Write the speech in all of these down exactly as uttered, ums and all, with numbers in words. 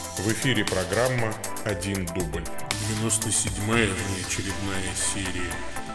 В эфире программа «Один дубль». девяносто седьмая внеочередная серия.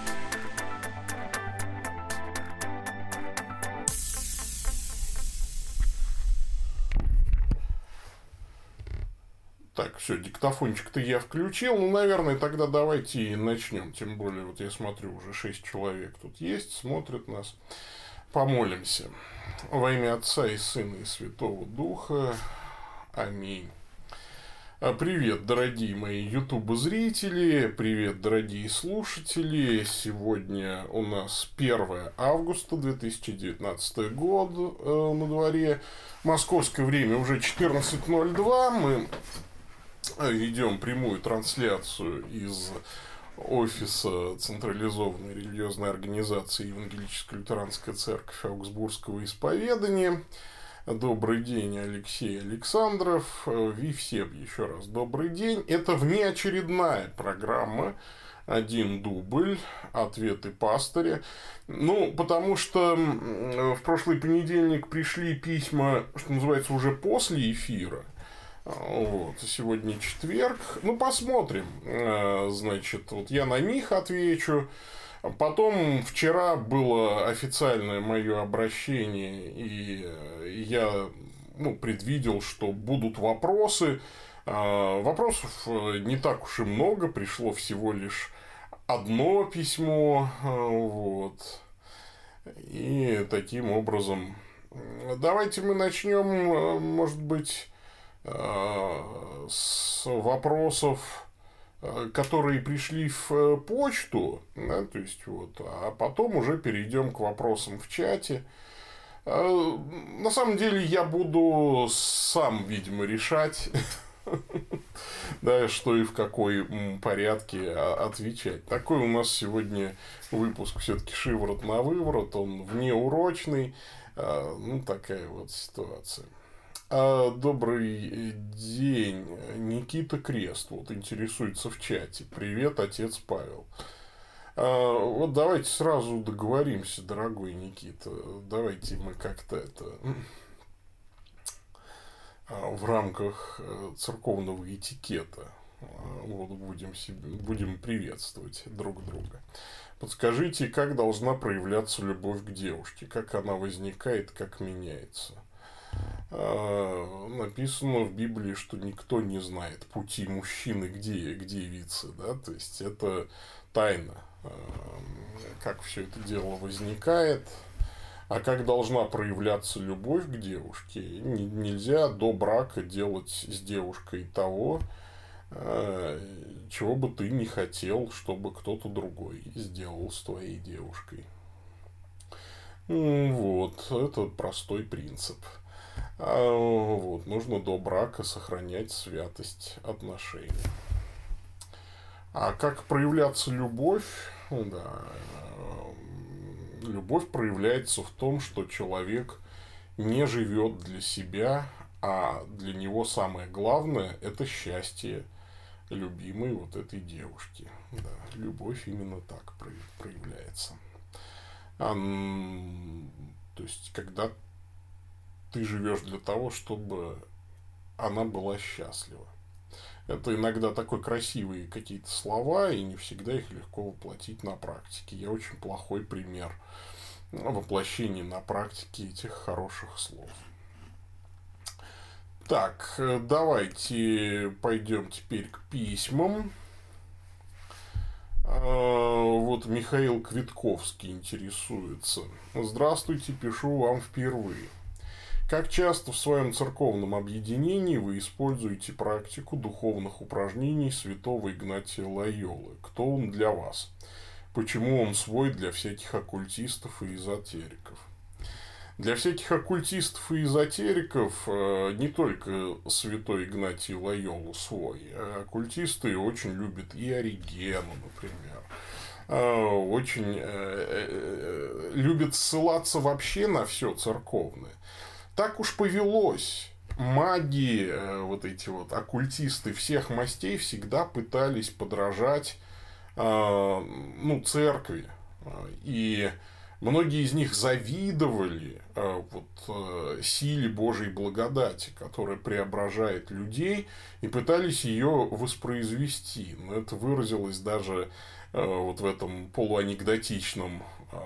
Так, все, диктофончик-то я включил. Ну, наверное, тогда давайте и начнем. Тем более, вот я смотрю, уже шесть человек тут есть, смотрят нас. Помолимся. Во имя Отца и Сына и Святого Духа. Аминь. Привет, дорогие мои ютуб-зрители, привет, дорогие слушатели. Сегодня у нас первое августа две тысячи девятнадцатый год э, на дворе. Московское время уже четырнадцать ноль два. Мы ведем прямую трансляцию из офиса централизованной религиозной организации Евангелическая лютеранская церковь Аугсбургского исповедания. Добрый день, Алексей Александров. И всем еще раз добрый день. Это внеочередная программа «Один дубль. Ответы пастыря». Ну, потому что в прошлый понедельник пришли письма, что называется, уже после эфира. Вот, сегодня четверг. Ну, посмотрим. Значит, вот я на них отвечу. Потом вчера было официальное мое обращение, и я ну, предвидел, что будут вопросы. Вопросов не так уж и много, пришло всего лишь одно письмо. Вот. И таким образом, давайте мы начнем, может быть, с вопросов, которые пришли в почту, да, то есть вот, а потом уже перейдем к вопросам в чате. На самом деле я буду сам, видимо, решать, да, что и в какой порядке отвечать. Такой у нас сегодня выпуск все-таки шиворот на выворот, он внеурочный, ну такая вот ситуация. Добрый день, Никита Крест, вот интересуется в чате. Привет, отец Павел. Вот давайте сразу договоримся, дорогой Никита. Давайте мы как-то это в рамках церковного этикета вот, будем, себе, будем приветствовать друг друга. Подскажите, как должна проявляться любовь к девушке, как она возникает, как меняется? Написано в Библии, что никто не знает пути мужчины к девице, да, то есть это тайна, как все это дело возникает, а как должна проявляться любовь к девушке. Нельзя до брака делать с девушкой того, чего бы ты не хотел, чтобы кто-то другой сделал с твоей девушкой. Вот, это простой принцип. Вот, нужно до брака сохранять святость отношений. А как проявляться любовь? Да, любовь проявляется в том, что человек не живет для себя, а для него самое главное – это счастье любимой вот этой девушки. Да, любовь именно так проявляется. А, то есть, когда ты живешь для того, чтобы она была счастлива. Это иногда такой красивые какие-то слова, и не всегда их легко воплотить на практике. Я очень плохой пример воплощения на практике этих хороших слов. Так, давайте пойдем теперь к письмам. Вот Михаил Квитковский интересуется. Здравствуйте, пишу вам впервые. Как часто в своем церковном объединении вы используете практику духовных упражнений святого Игнатия Лойолы? Кто он для вас? Почему он свой для всяких оккультистов и эзотериков? Для всяких оккультистов и эзотериков не только святой Игнатий Лойола свой. Оккультисты очень любят и Оригена, например. Очень любят ссылаться вообще на все церковное. Так уж повелось. Маги, вот эти вот оккультисты всех мастей всегда пытались подражать ну, церкви. И Многие из них завидовали э, вот, э, силе Божьей благодати, которая преображает людей, и пытались ее воспроизвести. Но это выразилось даже э, вот в этом полуанекдотичном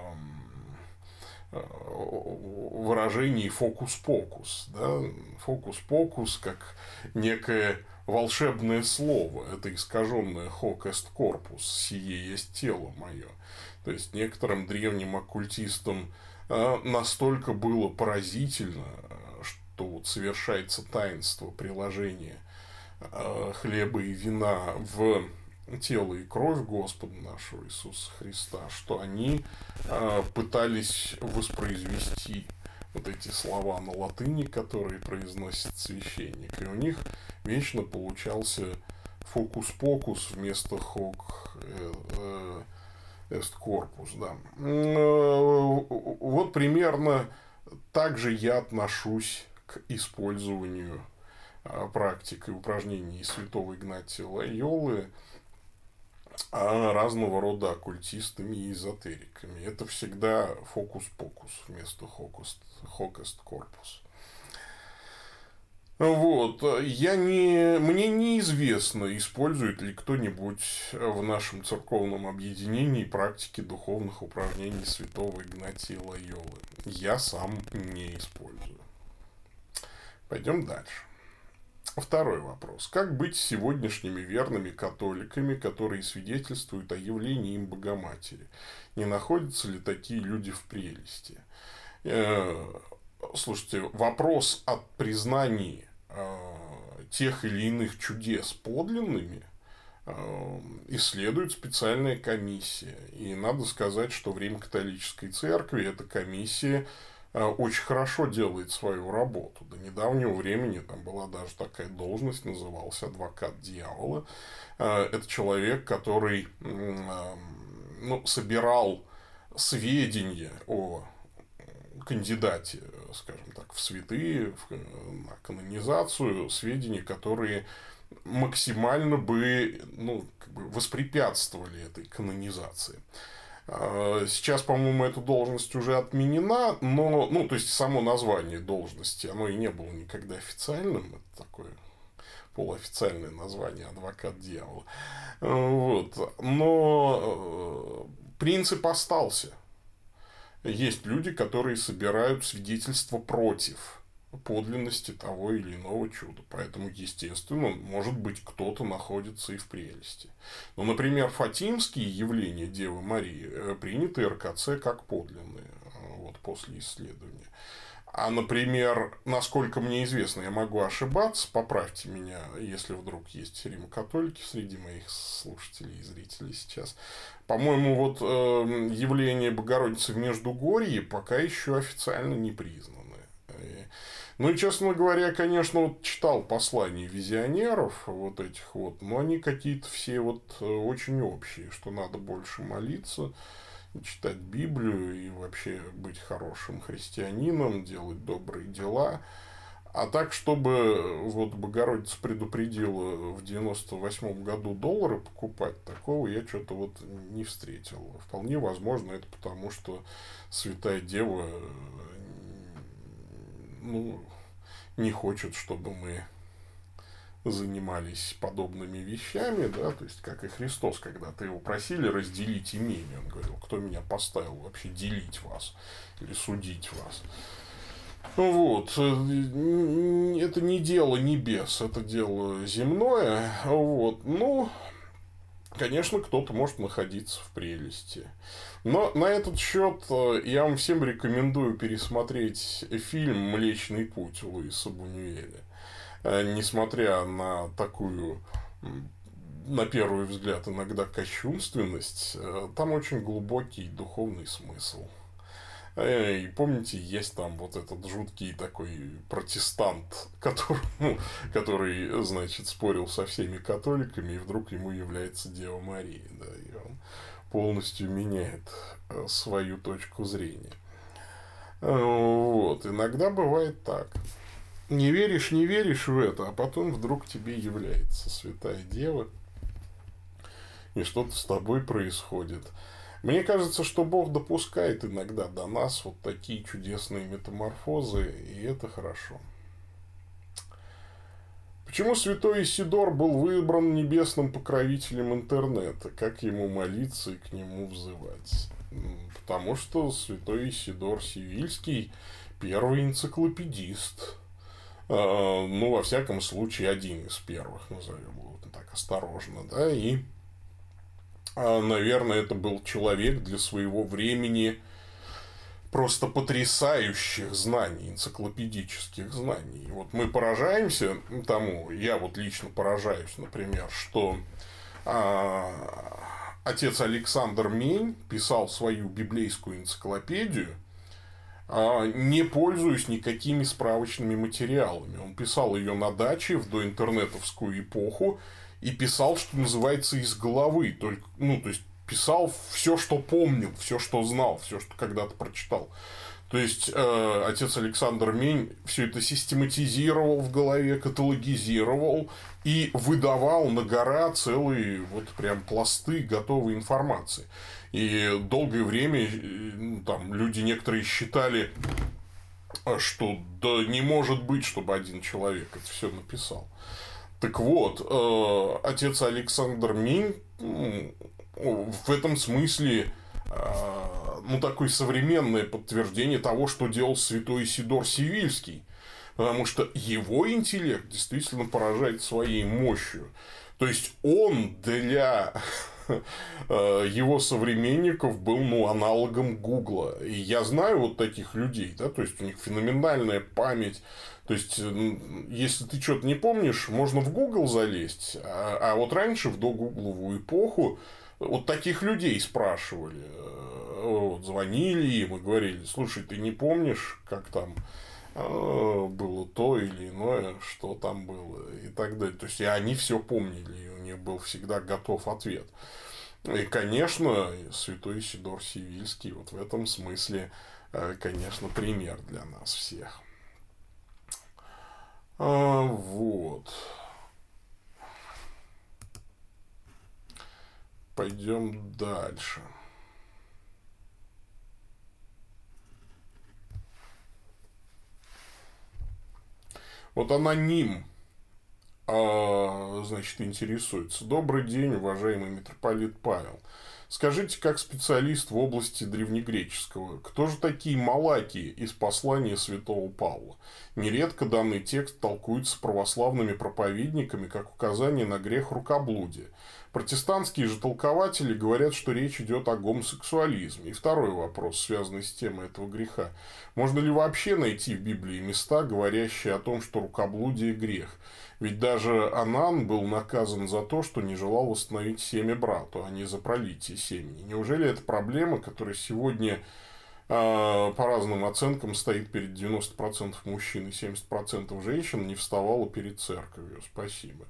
э, выражении «фокус-покус». Да? Фокус-покус как некое волшебное слово. Это искаженное «hoc est corpus», «сие есть тело мое». То есть некоторым древним оккультистам настолько было поразительно, что вот совершается таинство приложения хлеба и вина в тело и кровь Господа нашего Иисуса Христа, что они пытались воспроизвести вот эти слова на латыни, которые произносит священник. И у них вечно получался фокус-покус вместо хок эст корпус, да. Вот примерно так же я отношусь к использованию практик и упражнений святого Игнатия Лойолы разного рода оккультистами и эзотериками. Это всегда фокус-покус вместо хок эст корпус. Вот. Я не... Мне неизвестно, использует ли кто-нибудь в нашем церковном объединении практики духовных упражнений святого Игнатия Лойолы. Я сам не использую. Пойдем дальше. Второй вопрос. Как быть с сегодняшними верными католиками, которые свидетельствуют о явлении им Богоматери? Не находятся ли такие люди в прелести? Слушайте, вопрос о признании тех или иных чудес подлинными исследует специальная комиссия. И надо сказать, что в Римо-католической церкви эта комиссия очень хорошо делает свою работу. До недавнего времени там была даже такая должность, назывался адвокат дьявола. Это человек, который ну, собирал сведения о кандидате, скажем так, в святые, в, на канонизацию, сведения, которые максимально бы, ну, как бы воспрепятствовали этой канонизации. Сейчас, по-моему, эта должность уже отменена, но, ну, то есть, само название должности, оно и не было никогда официальным, это такое полуофициальное название адвокат дьявола. Вот. Но принцип остался. Есть люди, которые собирают свидетельства против подлинности того или иного чуда. Поэтому, естественно, может быть, кто-то находится и в прелести. Но, например, фатимские явления Девы Марии приняты эр ка цэ как подлинные вот, после исследования. А, например, насколько мне известно, я могу ошибаться, поправьте меня, если вдруг есть римо-католики среди моих слушателей и зрителей сейчас. По-моему, вот э, явление Богородицы в Междугорье пока еще официально не признаны. Ну и, честно говоря, конечно, вот читал послания визионеров вот этих вот, но они какие-то все вот очень общие, что надо больше молиться, читать Библию и вообще быть хорошим христианином, делать добрые дела. А так, чтобы вот Богородица предупредила в девяносто восьмом году доллары покупать, такого я что-то вот не встретил. Вполне возможно, это потому, что Святая Дева ну, не хочет, чтобы мы занимались подобными вещами, да, то есть, как и Христос, когда-то его просили разделить имение, он говорил, кто меня поставил вообще делить вас или судить вас. Вот. Это не дело небес, это дело земное. Вот. Ну, конечно, кто-то может находиться в прелести. Но на этот счет я вам всем рекомендую пересмотреть фильм «Млечный путь» Луиса Бунюэля. Несмотря на такую, на первый взгляд, иногда кощунственность, там очень глубокий духовный смысл. И помните, есть там вот этот жуткий такой протестант, который, ну, который, значит, спорил со всеми католиками, и вдруг ему является Дева Мария, да, и он полностью меняет свою точку зрения. Вот, иногда бывает так. Не веришь, не веришь в это, а потом вдруг тебе является Святая Дева, и что-то с тобой происходит. Мне кажется, что Бог допускает иногда до нас вот такие чудесные метаморфозы, и это хорошо. Почему святой Исидор был выбран небесным покровителем интернета? Как ему молиться и к нему взывать? Потому что святой Исидор Сивильский первый энциклопедист. Ну, во всяком случае, один из первых, назовем его так осторожно, да, и, наверное, это был человек для своего времени просто потрясающих знаний, энциклопедических знаний. Вот мы поражаемся тому, я вот лично поражаюсь, например, что а, отец Александр Мень писал свою библейскую энциклопедию, а, не пользуясь никакими справочными материалами. Он писал ее на даче в доинтернетовскую эпоху и писал, что называется, из головы. Только, ну, то есть, писал все, что помнил, все, что знал, все, что когда-то прочитал. То есть, э, отец Александр Мень все это систематизировал в голове, каталогизировал и выдавал на гора целые вот прям пласты готовой информации. И долгое время ну, там, люди некоторые считали, что да не может быть, чтобы один человек это все написал. Так вот, э, отец Александр Мень в этом смысле ну, такое современное подтверждение того, что делал святой Исидор Сивильский. Потому что его интеллект действительно поражает своей мощью. То есть, он для его современников был ну, аналогом Гугла. И я знаю вот таких людей, да, то есть, у них феноменальная память. То есть, если ты что-то не помнишь, можно в Google залезть. А, а вот раньше, в догугловую эпоху, вот таких людей спрашивали, вот, звонили им и говорили, слушай, ты не помнишь, как там э, было то или иное, что там было и так далее. То есть, и они все помнили, и у них был всегда готов ответ. И, конечно, святой Исидор Сивильский вот в этом смысле, э, конечно, пример для нас всех. А, вот. Пойдем дальше. Вот аноним, значит, интересуется. Добрый день, уважаемый митрополит Павел. Скажите, как специалист в области древнегреческого, кто же такие малакии из послания святого Павла? Нередко данный текст толкуется православными проповедниками как указание на грех рукоблудия. Протестантские же толкователи говорят, что речь идет о гомосексуализме. И второй вопрос, связанный с темой этого греха. Можно ли вообще найти в Библии места, говорящие о том, что рукоблудие – грех? Ведь даже Анан был наказан за то, что не желал восстановить семя брату, а не за пролитие семени. Неужели это проблема, которая сегодня э, по разным оценкам стоит перед девяноста процентов мужчин и семидесяти процентов женщин, не вставала перед церковью? Спасибо.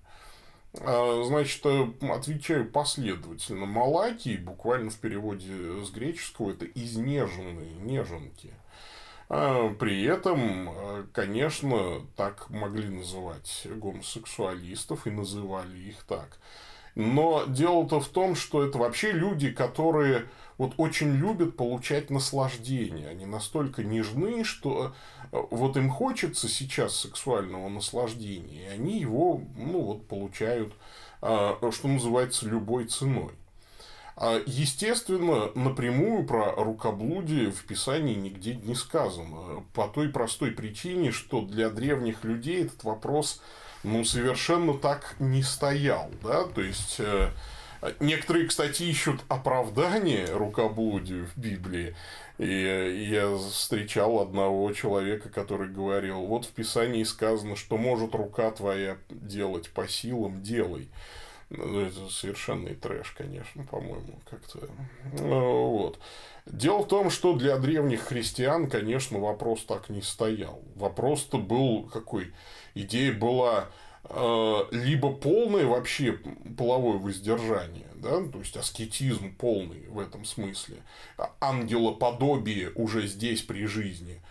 Значит, отвечаю последовательно. Малакии, буквально в переводе с греческого, это изнеженные, неженки. При этом, конечно, так могли называть гомосексуалистов и называли их так. Но дело-то в том, что это вообще люди, которые вот очень любят получать наслаждение. Они настолько нежны, что вот им хочется сейчас сексуального наслаждения, и они его ну, вот, получают, что называется, любой ценой. Естественно, напрямую про рукоблудие в Писании нигде не сказано. По той простой причине, что для древних людей этот вопрос ну, совершенно так не стоял. Да? То есть, некоторые, кстати, ищут оправдание рукоблудию в Библии. И я встречал одного человека, который говорил, вот в Писании сказано, что может рука твоя делать по силам, делай. Ну, это совершенный трэш, конечно, по-моему, как-то. Вот. Дело в том, что для древних христиан, конечно, вопрос так не стоял. Вопрос-то был какой? Идея была э, либо полное вообще половое воздержание, да, то есть аскетизм полный в этом смысле, ангелоподобие уже здесь при жизни,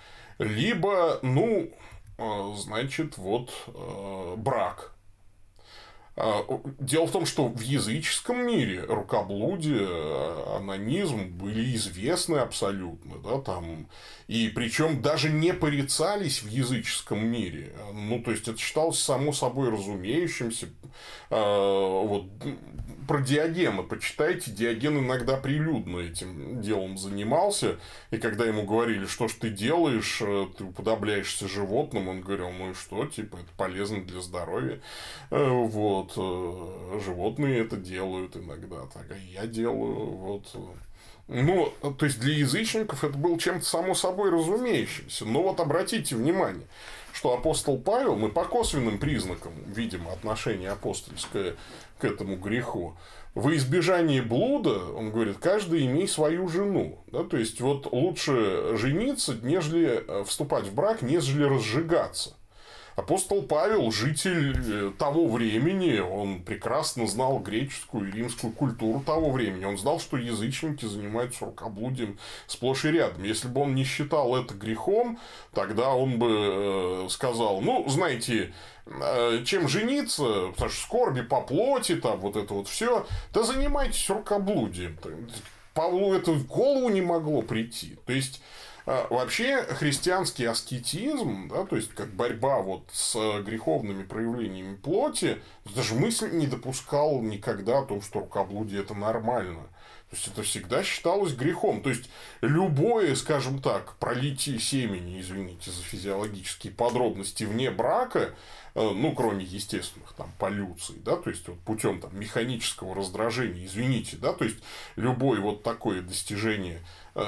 либо, ну, э, значит, вот э, брак. Дело в том, что в языческом мире рукоблудие, анонизм были известны абсолютно, да, там, и причем даже не порицались в языческом мире. Ну, то есть, это считалось само собой разумеющимся. Вот, про Диогена почитайте, Диоген иногда прилюдно этим делом занимался, и когда ему говорили, что ж ты делаешь, ты уподобляешься животным, он говорил, ну и что, типа, это полезно для здоровья. Вот. Животные это делают иногда, так, а я делаю, вот. Ну, то есть, для язычников это было чем-то само собой разумеющимся. Но вот обратите внимание, что апостол Павел, мы по косвенным признакам видим отношение апостольское к этому греху. Во избежание блуда, он говорит, каждый имей свою жену. Да? То есть, вот лучше жениться, нежели вступать в брак, нежели разжигаться. Апостол Павел, житель того времени, он прекрасно знал греческую и римскую культуру того времени. Он знал, что язычники занимаются рукоблудием сплошь и рядом. Если бы он не считал это грехом, тогда он бы сказал, ну, знаете, чем жениться, потому что скорби по плоти, там вот это вот все, да занимайтесь рукоблудием. Павлу это в голову не могло прийти. То есть, вообще христианский аскетизм, да, то есть как борьба вот с греховными проявлениями плоти, даже мысль не допускал никогда о том, что рукоблудие это нормально. То есть это всегда считалось грехом. То есть любое, скажем так, пролитие семени, извините за физиологические подробности, вне брака, ну, кроме естественных там полюций, да, то есть вот путем там механического раздражения, извините, да, то есть любое вот такое достижение,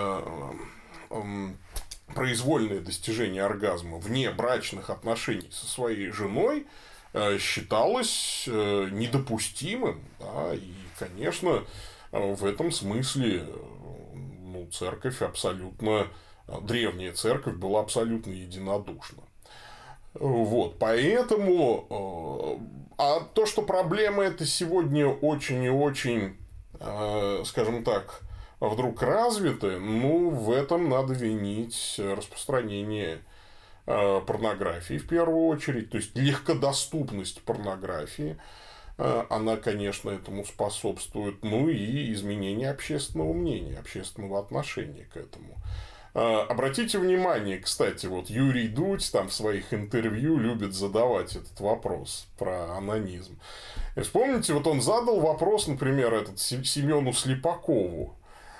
произвольное достижение оргазма вне брачных отношений со своей женой считалось недопустимым, да, и, конечно, в этом смысле, ну, церковь абсолютно, древняя церковь была абсолютно единодушна. Вот, поэтому, а то, что проблема эта сегодня очень и очень, скажем так, вдруг развиты, ну, в этом надо винить распространение порнографии в первую очередь, то есть легкодоступность порнографии, она, конечно, этому способствует, ну и изменение общественного мнения, общественного отношения к этому. Обратите внимание, кстати, вот Юрий Дудь там в своих интервью любит задавать этот вопрос про анонизм. И вспомните, вот он задал вопрос, например, этот Семену Слепакову.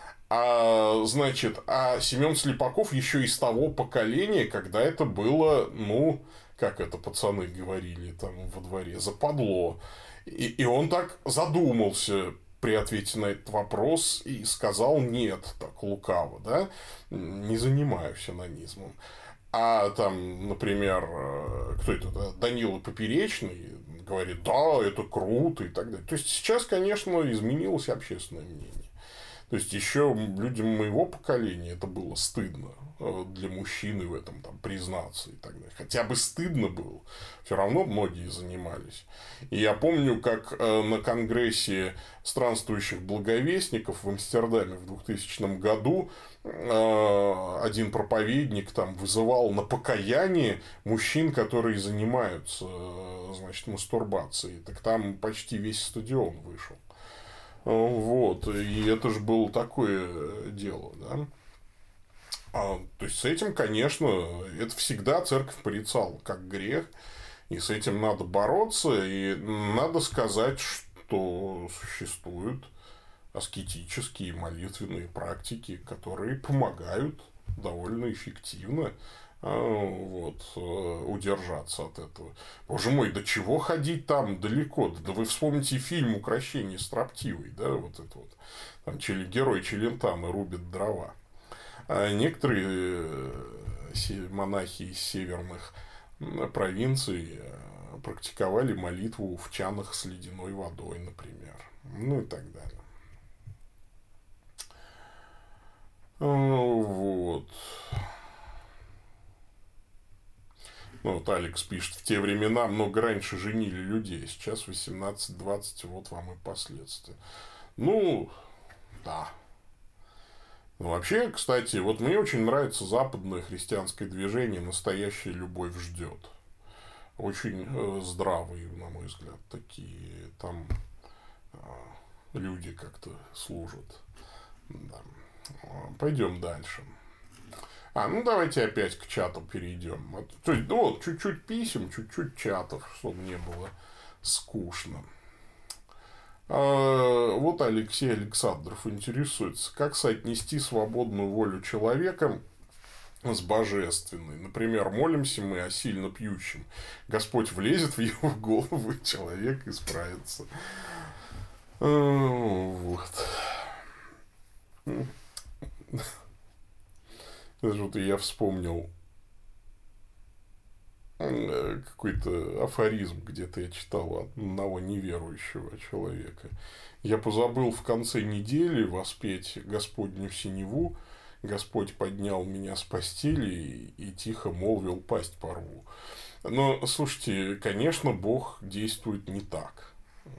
А, значит, а Семен Слепаков еще из того поколения, когда это было, ну, как это пацаны говорили там во дворе, западло. И, и он так задумался при ответе на этот вопрос и сказал нет, так лукаво, да, не занимаюсь анонизмом. А там, например, кто это, да? Данила Поперечный говорит, да, это круто и так далее. То есть сейчас, конечно, изменилось общественное мнение. То есть еще людям моего поколения это было стыдно для мужчины в этом там признаться и так далее. Хотя бы стыдно было. Все равно многие занимались. И я помню, как на конгрессе странствующих благовестников в Амстердаме в двухтысячном году один проповедник там вызывал на покаяние мужчин, которые занимаются, значит, мастурбацией. Так там почти весь стадион вышел. Вот, и это же было такое дело, да. А, то есть с этим, конечно, это всегда церковь порицала как грех, и с этим надо бороться, и надо сказать, что существуют аскетические молитвенные практики, которые помогают довольно эффективно вот, удержаться от этого. Боже мой, до чего ходить там далеко? Да вы вспомните фильм «Укрощение строптивой», да, вот это вот. Там герой Челентано рубит дрова. А некоторые монахи из северных провинций практиковали молитву в чанах с ледяной водой, например. Ну и так далее. Вот. Ну, вот Алекс пишет, в те времена много раньше женили людей, сейчас восемнадцать-двадцать, вот вам и последствия. Ну, да. Ну, вообще, кстати, вот мне очень нравится западное христианское движение «Настоящая любовь ждет». очень э, здравые, на мой взгляд, такие там э, люди как-то служат. Да. Пойдем дальше. А, ну давайте опять к чату перейдем. То есть, ну, вот, чуть-чуть писем, чуть-чуть чатов, чтобы не было скучно. А, вот Алексей Александров интересуется, как соотнести свободную волю человека с божественной. Например, молимся мы о сильно пьющем. Господь влезет в его голову, и человек исправится. Вот. Вот я вспомнил какой-то афоризм, где-то я читал от одного неверующего человека. Я позабыл в конце недели воспеть Господню синеву. Господь поднял меня с постели и тихо молвил пасть порву. Но, слушайте, конечно, Бог действует не так.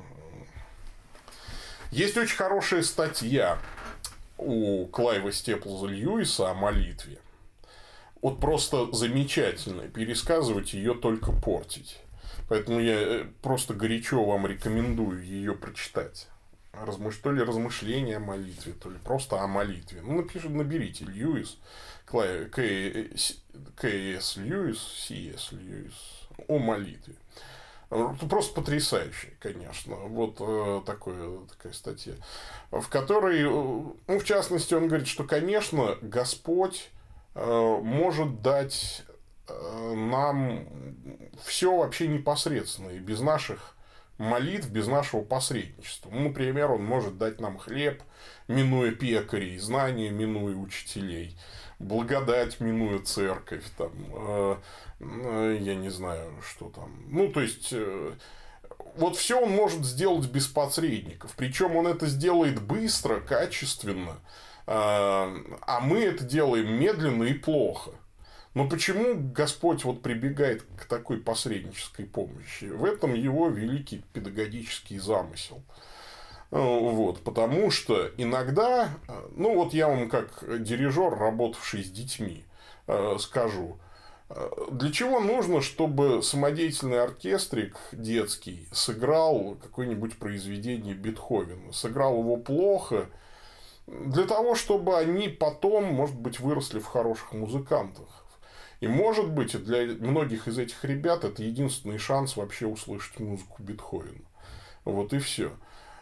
Есть очень хорошая статья у Клайва Степлза Льюиса о молитве. Вот просто замечательно. Пересказывать ее только портить. Поэтому я просто горячо вам рекомендую ее прочитать. Размыш... То ли размышления о молитве, то ли просто о молитве. Ну, напишите, наберите Льюис, Клайв... К.С. Льюис, С.С. Льюис о молитве. Просто потрясающий, конечно. Вот э, такое, такая статья, в которой, ну, в частности, он говорит, что, конечно, Господь э, может дать э, нам все вообще непосредственно, и без наших молитв, без нашего посредничества. Ну, например, Он может дать нам хлеб, минуя пекарей, знания, минуя учителей, благодать, минуя церковь, там, э, э, я не знаю, что там. Ну, то есть, э, вот все Он может сделать без посредников. Причем Он это сделает быстро, качественно, э, а мы это делаем медленно и плохо. Но почему Господь вот прибегает к такой посреднической помощи? В этом Его великий педагогический замысел. Вот, потому что иногда, ну вот я вам как дирижер, работавший с детьми, скажу, для чего нужно, чтобы самодеятельный оркестрик детский сыграл какое-нибудь произведение Бетховена, сыграл его плохо, для того, чтобы они потом, может быть, выросли в хороших музыкантах. И, может быть, для многих из этих ребят это единственный шанс вообще услышать музыку Бетховена. Вот и все.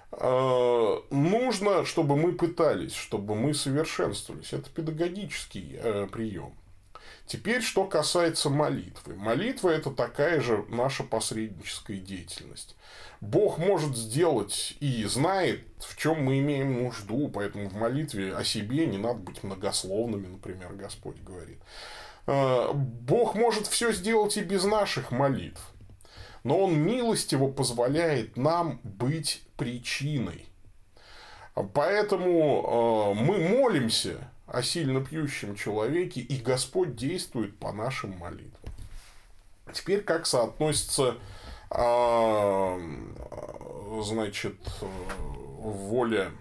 Нужно, чтобы мы пытались, чтобы мы совершенствовались. Это педагогический прием. Теперь, что касается молитвы. Молитва – это такая же наша посредническая деятельность. Бог может сделать и знает, в чем мы имеем нужду, поэтому в молитве о себе не надо быть многословными, например, Господь говорит. Бог может все сделать и без наших молитв, но Он милостиво позволяет нам быть причиной. Поэтому мы молимся о сильно пьющем человеке, и Господь действует по нашим молитвам. Теперь как соотносится, значит, воля,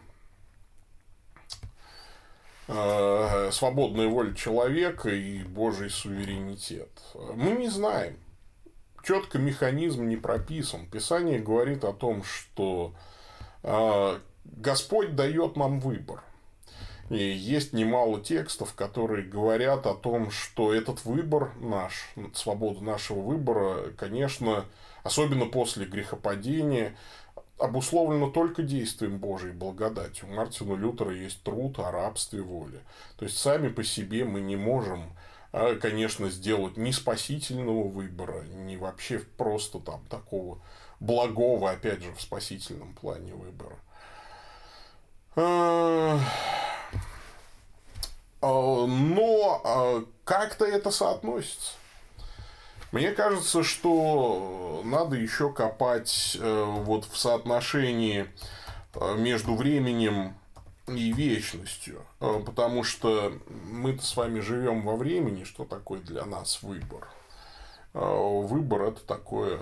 свободная воля человека и Божий суверенитет? Мы не знаем. Четко механизм не прописан. Писание говорит о том, что Господь дает нам выбор. И есть немало текстов, которые говорят о том, что этот выбор наш, свобода нашего выбора, конечно, особенно после грехопадения, обусловлено только действием Божьей благодати. У Мартина Лютера есть труд о рабстве воли. То есть, сами по себе мы не можем, конечно, сделать ни спасительного выбора, ни вообще просто там такого благого, опять же, в спасительном плане выбора. Но как-то это соотносится. Мне кажется, что надо еще копать вот в соотношении между временем и вечностью, потому что мы-то с вами живем во времени. Что такое для нас выбор? Выбор – это такое,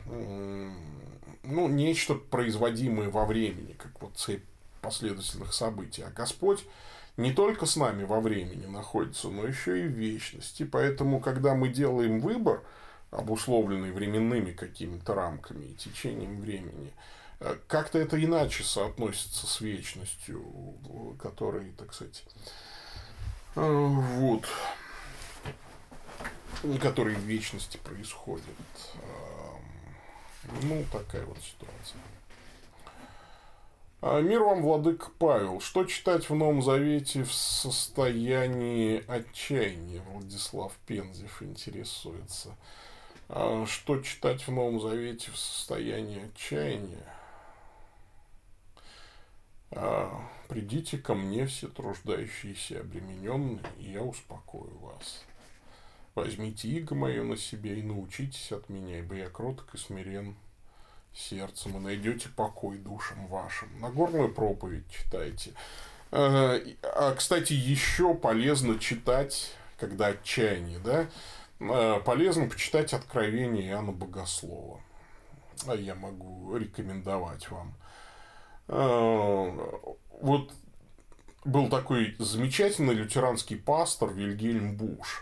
ну, нечто производимое во времени, как вот цепь последовательных событий. А Господь не только с нами во времени находится, но еще и в вечности. Поэтому, когда мы делаем выбор, обусловленный временными какими-то рамками и течением времени, как-то это иначе соотносится с вечностью, которой, так сказать, вот, который в вечности происходит. Ну, такая вот ситуация. Мир вам, владыка Павел. Что читать в Новом Завете в состоянии отчаяния? Владислав Пензев интересуется. Что читать в Новом Завете в состоянии отчаяния? Придите ко мне, все труждающиеся и обремененные, и я успокою вас. Возьмите иго мое на себя и научитесь от меня, ибо я кроток и смирен сердцем, и найдете покой душам вашим. Нагорную проповедь читайте. А, кстати, еще полезно читать, когда отчаяние, да, полезно почитать Откровение Иоанна Богослова. Я могу рекомендовать вам. Вот был такой замечательный лютеранский пастор Вильгельм Буш.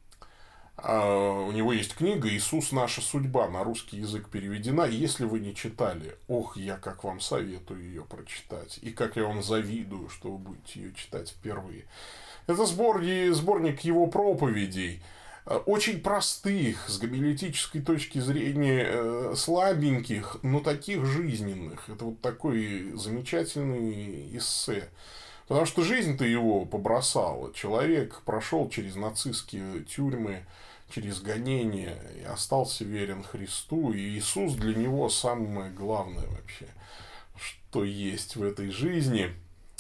У него есть книга «Иисус. Наша судьба», на русский язык переведена. Если вы не читали, ох, я как вам советую ее прочитать. И как я вам завидую, что вы будете ее читать впервые. Это сборник, сборник его проповедей. Очень простых, с гомилетической точки зрения слабеньких, но таких жизненных. Это вот такой замечательный эссе. Потому что жизнь-то его побросала. Человек прошел через нацистские тюрьмы, через гонения, и остался верен Христу. И Иисус для него самое главное вообще, что есть в этой жизни.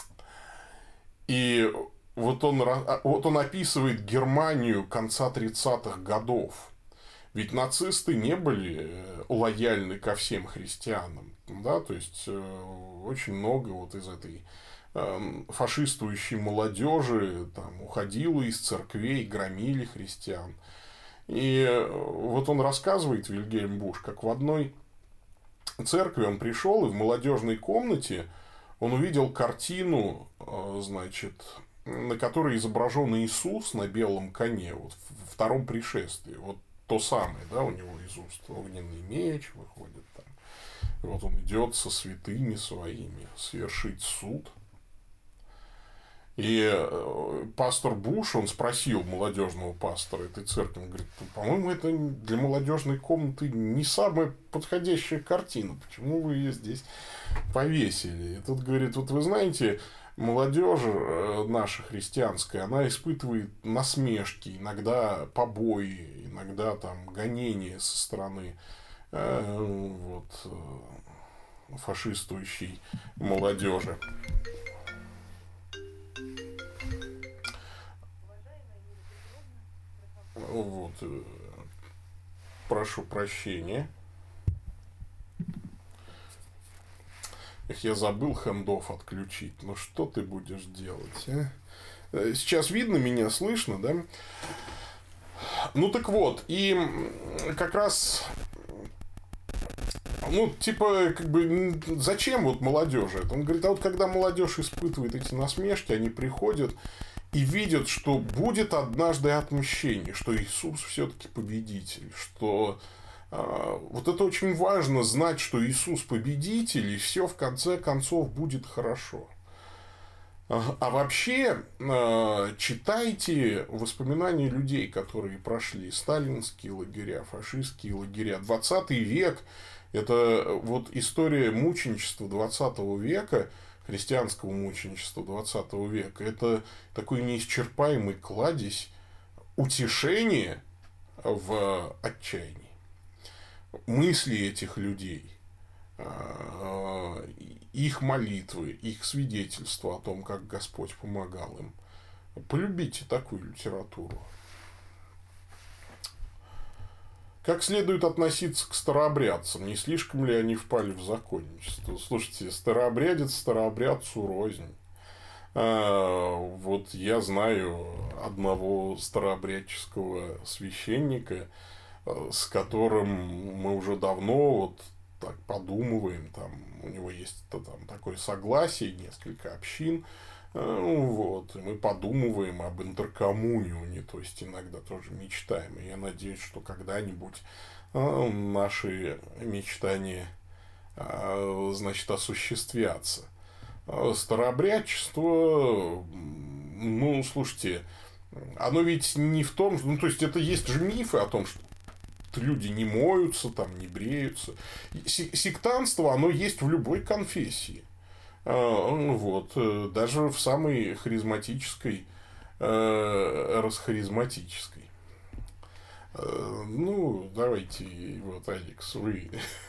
И вот он, вот он описывает Германию конца тридцатых годов. Ведь нацисты не были лояльны ко всем христианам. Да? То есть, очень много вот из этой фашистующей молодежи там уходило из церквей, громили христиан. И вот он рассказывает, Вильгельм Буш, как в одной церкви он пришел, и в молодежной комнате он увидел картину, значит, на которой изображен Иисус на белом коне, вот в втором пришествии. Вот то самое, да, у него из уст огненный меч выходит там. И вот он идет со святыми своими свершить суд. И пастор Буш, он спросил молодежного пастора этой церкви, он говорит, по-моему, это для молодежной комнаты не самая подходящая картина, почему вы ее здесь повесили? И тут говорит, вот вы знаете, молодежь наша христианская, она испытывает насмешки, иногда побои, иногда там гонения со стороны э, вот, фашистующей молодежи. Вот. Прошу прощения. Эх, я забыл хэндофф отключить. Ну, что ты будешь делать, а? Сейчас видно меня, слышно, да? Ну, так вот. И как раз... Ну, типа, как бы, зачем вот молодежи это? Он говорит, а вот когда молодежь испытывает эти насмешки, они приходят и видят, что будет однажды отмщение, что Иисус все-таки победитель, что э, вот это очень важно знать, что Иисус победитель, и все в конце концов будет хорошо. А вообще, э, читайте воспоминания людей, которые прошли сталинские лагеря, фашистские лагеря. двадцатый век – это вот история мученичества двадцатого века, христианского мученичества двадцатого века. Это такой неисчерпаемый кладезь утешения в отчаянии. Мысли этих людей, их молитвы, их свидетельства о том, как Господь помогал им. Полюбите такую литературу. Как следует относиться к старообрядцам? Не слишком ли они впали в законничество? Слушайте, старообрядец старообрядцу рознь. А, вот я знаю одного старообрядческого священника, с которым мы уже давно вот так подумываем. Там, у него есть там такое согласие, несколько общин Вот. И мы подумываем об интеркоммуниуме, то есть иногда тоже мечтаем. И я надеюсь, что когда-нибудь наши мечтания, значит, осуществятся. Старообрядчество, ну, слушайте, оно ведь не в том, ну, то есть это есть же мифы о том, что люди не моются, там, не бреются. Сектантство, оно есть в любой конфессии. Вот. Даже в самой харизматической, расхаризматической. Ну, давайте, вот, Алекс, вы...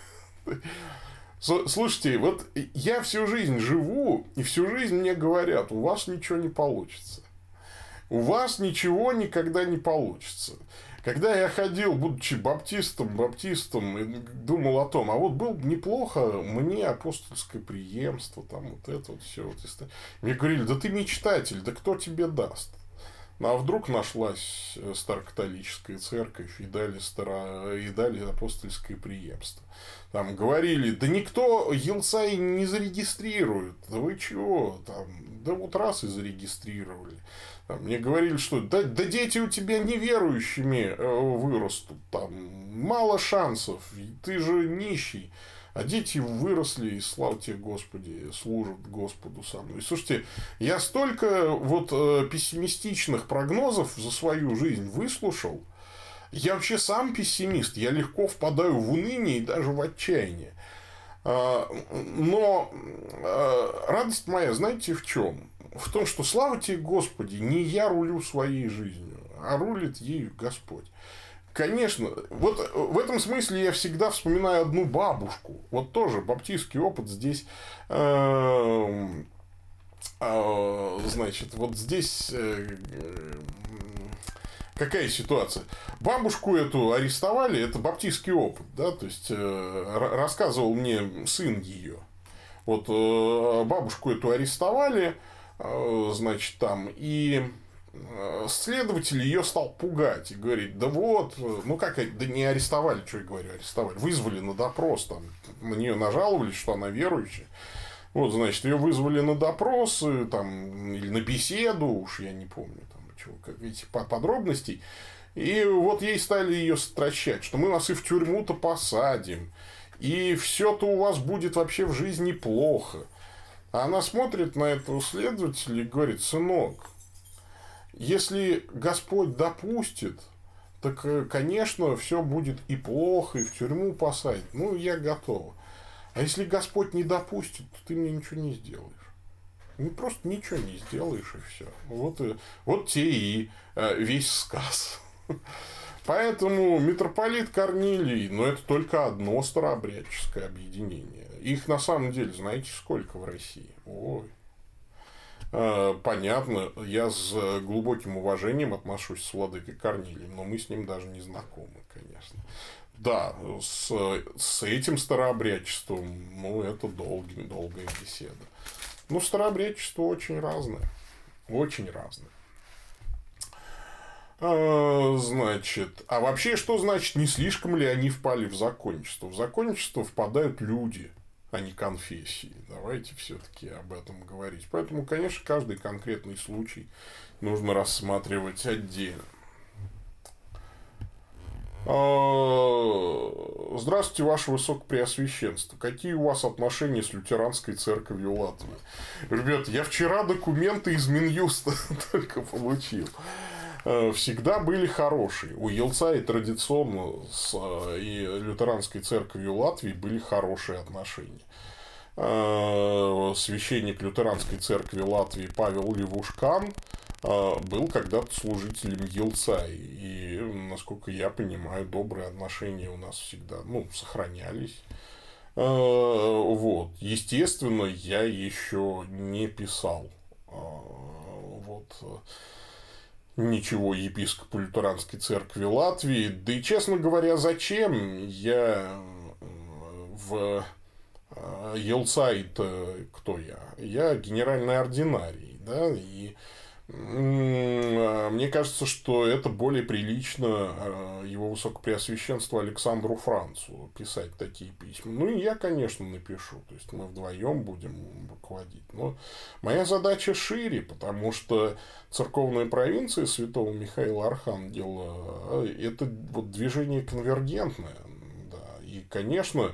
Слушайте, вот я всю жизнь живу, и всю жизнь мне говорят, у вас ничего не получится. У вас ничего никогда не получится. Когда я ходил, будучи баптистом, баптистом, и думал о том, а вот было бы неплохо мне апостольское преемство, там вот это вот все. Вот, мне говорили, да ты мечтатель, да кто тебе даст? Ну, а вдруг нашлась старокатолическая церковь и дали, старо... и дали апостольское преемство. Там говорили, да никто Елцай не зарегистрирует, да вы чего, там, да вот раз и зарегистрировали. Там, мне говорили, что да, да дети у тебя неверующими вырастут, там мало шансов, ты же нищий. А дети выросли, и слава тебе, Господи, служат Господу со мной. Слушайте, я столько вот э, пессимистичных прогнозов за свою жизнь выслушал. Я вообще сам пессимист. Я легко впадаю в уныние и даже в отчаяние. А, но а, радость моя, знаете, в чем? В том, что слава тебе, Господи, не я рулю своей жизнью, а рулит ею Господь. Конечно, вот в этом смысле я всегда вспоминаю одну бабушку. Вот тоже баптистский опыт здесь, э, э, значит, вот здесь э, какая ситуация? Бабушку эту арестовали, это баптистский опыт, да, то есть э, рассказывал мне сын ее. Вот э, бабушку эту арестовали, э, значит, там, и следователь ее стал пугать и говорит, да вот, ну как, да не арестовали, что я говорю, арестовали, вызвали на допрос, там, на нее нажаловались, что она верующая. Вот, значит, ее вызвали на допрос, там, или на беседу, уж я не помню, там, чего, как, этих подробностей. И вот ей стали ее стращать, что мы вас и в тюрьму-то посадим, и все-то у вас будет вообще в жизни плохо. А она смотрит на этого следователя и говорит, сынок, если Господь допустит, так, конечно, все будет и плохо, и в тюрьму посадят. Ну, я готова. А если Господь не допустит, то ты мне ничего не сделаешь. Ну, просто ничего не сделаешь, и все. Вот, вот те и весь сказ. Поэтому митрополит Корнилий, но это только одно старообрядческое объединение. Их на самом деле, знаете, сколько в России? Ой. Понятно, я с глубоким уважением отношусь с владыкой Корнилием, но мы с ним даже не знакомы, конечно. Да, с, с этим старообрядчеством, ну, это долгий, долгая беседа. Ну, старообрядчество очень разное, очень разное. А, значит, а вообще, что значит, не слишком ли они впали в законничество? В законничество впадают люди, а не конфессии. Давайте все-таки об этом говорить. Поэтому, конечно, каждый конкретный случай нужно рассматривать отдельно. Здравствуйте, Ваше Высокопреосвященство. Какие у вас отношения с лютеранской церковью Латвии? Ребята, я вчера документы из Минюста только получил. Всегда были хорошие. У Елцая традиционно с и лютеранской церковью Латвии были хорошие отношения. Священник лютеранской церкви Латвии Павел Левушкан был когда-то служителем Елцая. И, насколько я понимаю, добрые отношения у нас всегда, ну, сохранялись. Вот. Естественно, я еще не писал вот ничего епископу лютеранской церкви Латвии. Да и, честно говоря, зачем? Я в Елцай-то кто я? Я генеральный ординарий, да, и Мне кажется, что это более прилично его высокопреосвященству Александру Францу писать такие письма. Ну, и я, конечно, напишу. То есть, мы вдвоем будем руководить. Но моя задача шире, потому что церковная провинция святого Михаила Архангела – это вот движение конвергентное. Да. И, конечно,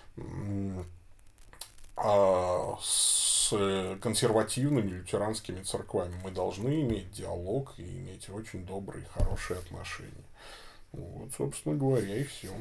с консервативными лютеранскими церквами мы должны иметь диалог и иметь очень добрые, хорошие отношения. Вот, собственно говоря, и все.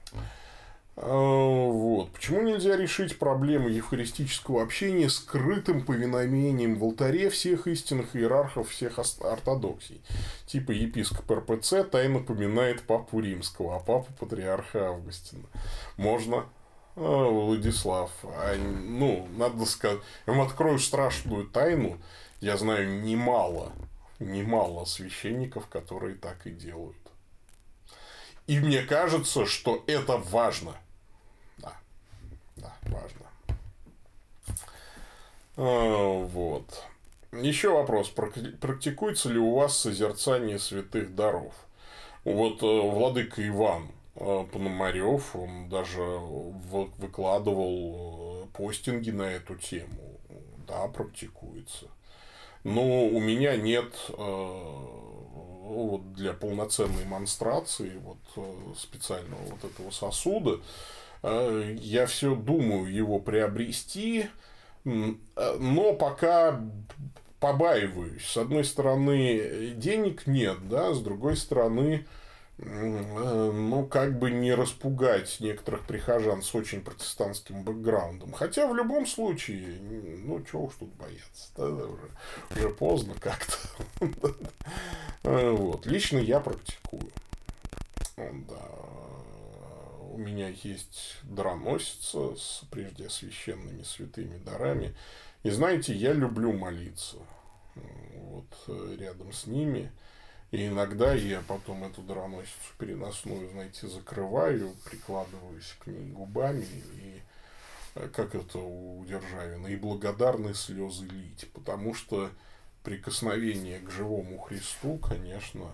Вот. Почему нельзя решить проблему евхаристического общения скрытым повиновением в алтаре всех истинных иерархов всех ортодоксий? Типа епископ эр пэ цэ тайно поминает папу римского, а папу патриарха Августина. Можно. Владислав, а, ну, надо сказать, я вам открою страшную тайну. Я знаю немало, немало священников, которые так и делают. И мне кажется, что это важно. Да, да, важно. А, вот. Еще вопрос. Практикуется ли у вас созерцание святых даров? Вот владыка Иван Пономарев, он даже выкладывал постинги на эту тему. Да, практикуется. Но у меня нет вот, для полноценной монстрации вот, специального вот этого сосуда. Я все думаю его приобрести, но пока побаиваюсь. С одной стороны, денег нет, да, с другой стороны, ну, как бы не распугать некоторых прихожан с очень протестантским бэкграундом. Хотя в любом случае, ну, чего уж тут бояться, да, уже, уже поздно как-то. Вот. Лично я практикую. Да. У меня есть дароносица с преждеосвященными святыми дарами. И знаете, я люблю молиться вот рядом с ними. И иногда я потом эту дароносицу переносную, знаете, закрываю, прикладываюсь к ней губами и, как это у Державина, и благодарные слезы лить. Потому что прикосновение к живому Христу, конечно,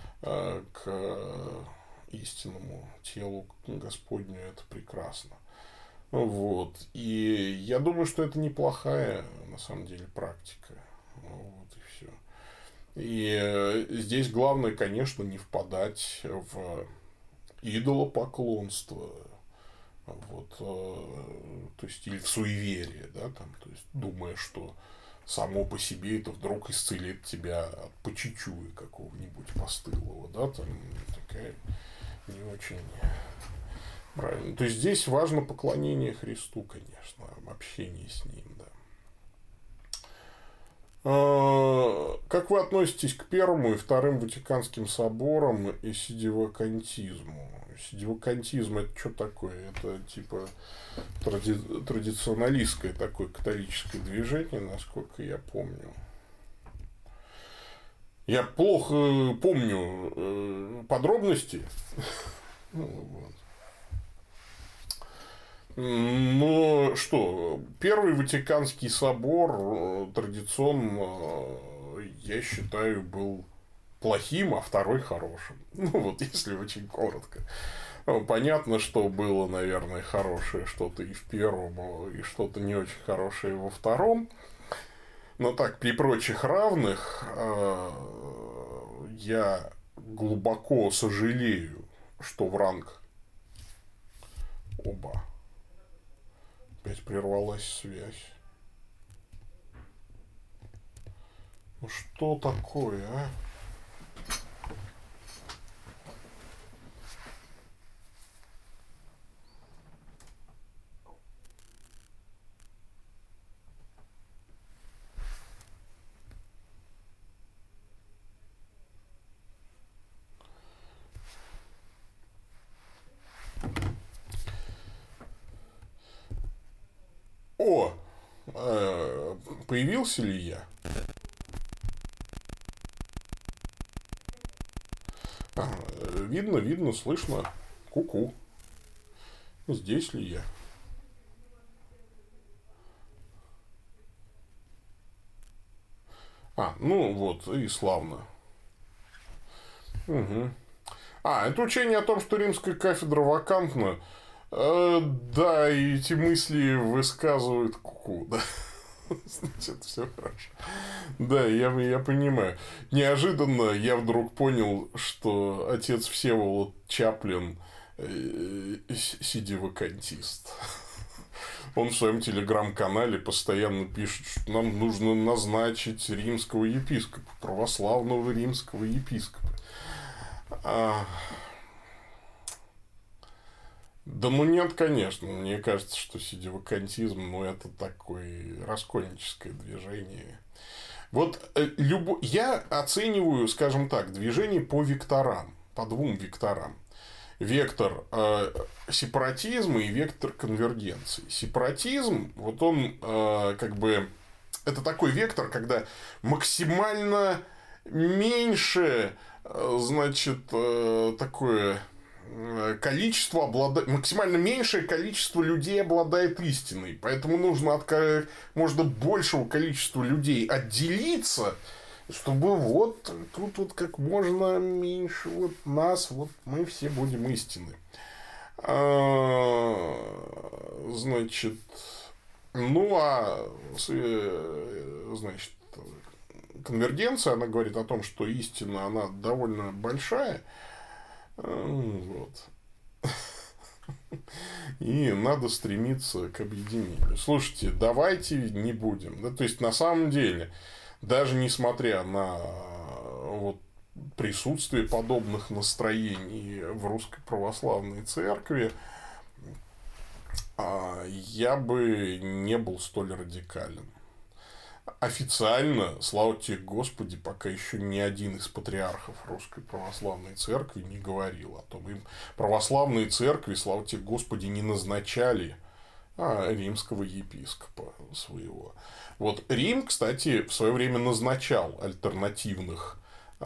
к истинному телу Господню, это прекрасно. Вот. И я думаю, что это неплохая, на самом деле, практика. Вот и все. И здесь главное, конечно, не впадать в идолопоклонство, вот, то есть, или в суеверие, да, там, то есть, думая, что само по себе это вдруг исцелит тебя от почечуи какого-нибудь постылого, да, там, такая не очень правильно. То есть, здесь важно поклонение Христу, конечно, общение с Ним, да. Как вы относитесь к Первому и Вторым Ватиканским соборам и сидивакантизму? Сидивакантизм – это что такое? Это типа тради... традиционалистское такое католическое движение, насколько я помню. Я плохо помню подробности. Но что, Первый Ватиканский собор традиционно, я считаю, был плохим, а второй хорошим. Ну, вот если очень коротко. Понятно, что было, наверное, хорошее что-то и в первом, и что-то не очень хорошее во втором. Но так, при прочих равных, я глубоко сожалею, что в ранг оба. Опять прервалась связь. Ну что такое, а? О, появился ли я? А, видно, видно, слышно. Ку-ку. Здесь ли я? А, ну вот, и славно. Угу. А, это учение о том, что римская кафедра вакантна. Э, да, и эти мысли высказывают куку, да. Значит, все хорошо. Да, я, я понимаю. Неожиданно я вдруг понял, что отец Всеволод Чаплин э, сидивакантист. Он в своем телеграм-канале постоянно пишет, что нам нужно назначить римского епископа, православного римского епископа. А... Да ну нет, конечно. Мне кажется, что сидивакантизм, ну, это такое раскольническое движение. Вот э, любо... я оцениваю, скажем так, движение по векторам, по двум векторам. Вектор э, сепаратизма и вектор конвергенции. Сепаратизм, вот он э, как бы... Это такой вектор, когда максимально меньше, э, значит, э, такое... количество обладает, максимально меньшее количество людей обладает истиной. Поэтому нужно от как можно большего количества людей отделиться, чтобы вот тут вот как можно меньше вот нас, вот мы все будем истины. Значит, ну а значит, конвергенция, она говорит о том, что истина, она довольно большая. Вот. И надо стремиться к объединению. Слушайте, давайте не будем. Да, то есть, на самом деле, даже несмотря на вот, присутствие подобных настроений в Русской Православной Церкви, я бы не был столь радикален. Официально, слава тебе Господи, пока еще ни один из патриархов Русской Православной Церкви не говорил о том. Им православные церкви, слава тебе Господи, не назначали а, римского епископа своего. Вот Рим, кстати, в свое время назначал альтернативных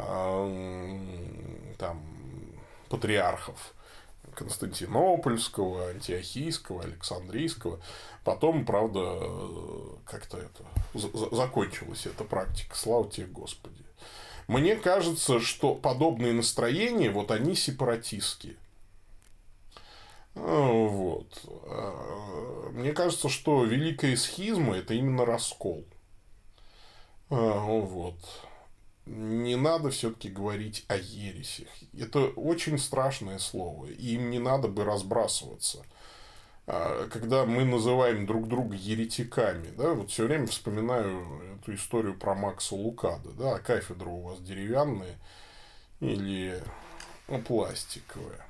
а, там, патриархов. Константинопольского, Антиохийского, Александрийского. Потом, правда, как-то это закончилась эта практика. Слава тебе, Господи. Мне кажется, что подобные настроения, вот они сепаратистские. Вот. Мне кажется, что великая схизма – это именно раскол. Вот. Не надо все-таки говорить о ересях. Это очень страшное слово. Им не надо бы разбрасываться. Когда мы называем друг друга еретиками, да, вот все время вспоминаю эту историю про Макса Лукада. Да, а кафедра у вас деревянная или ну, пластиковая.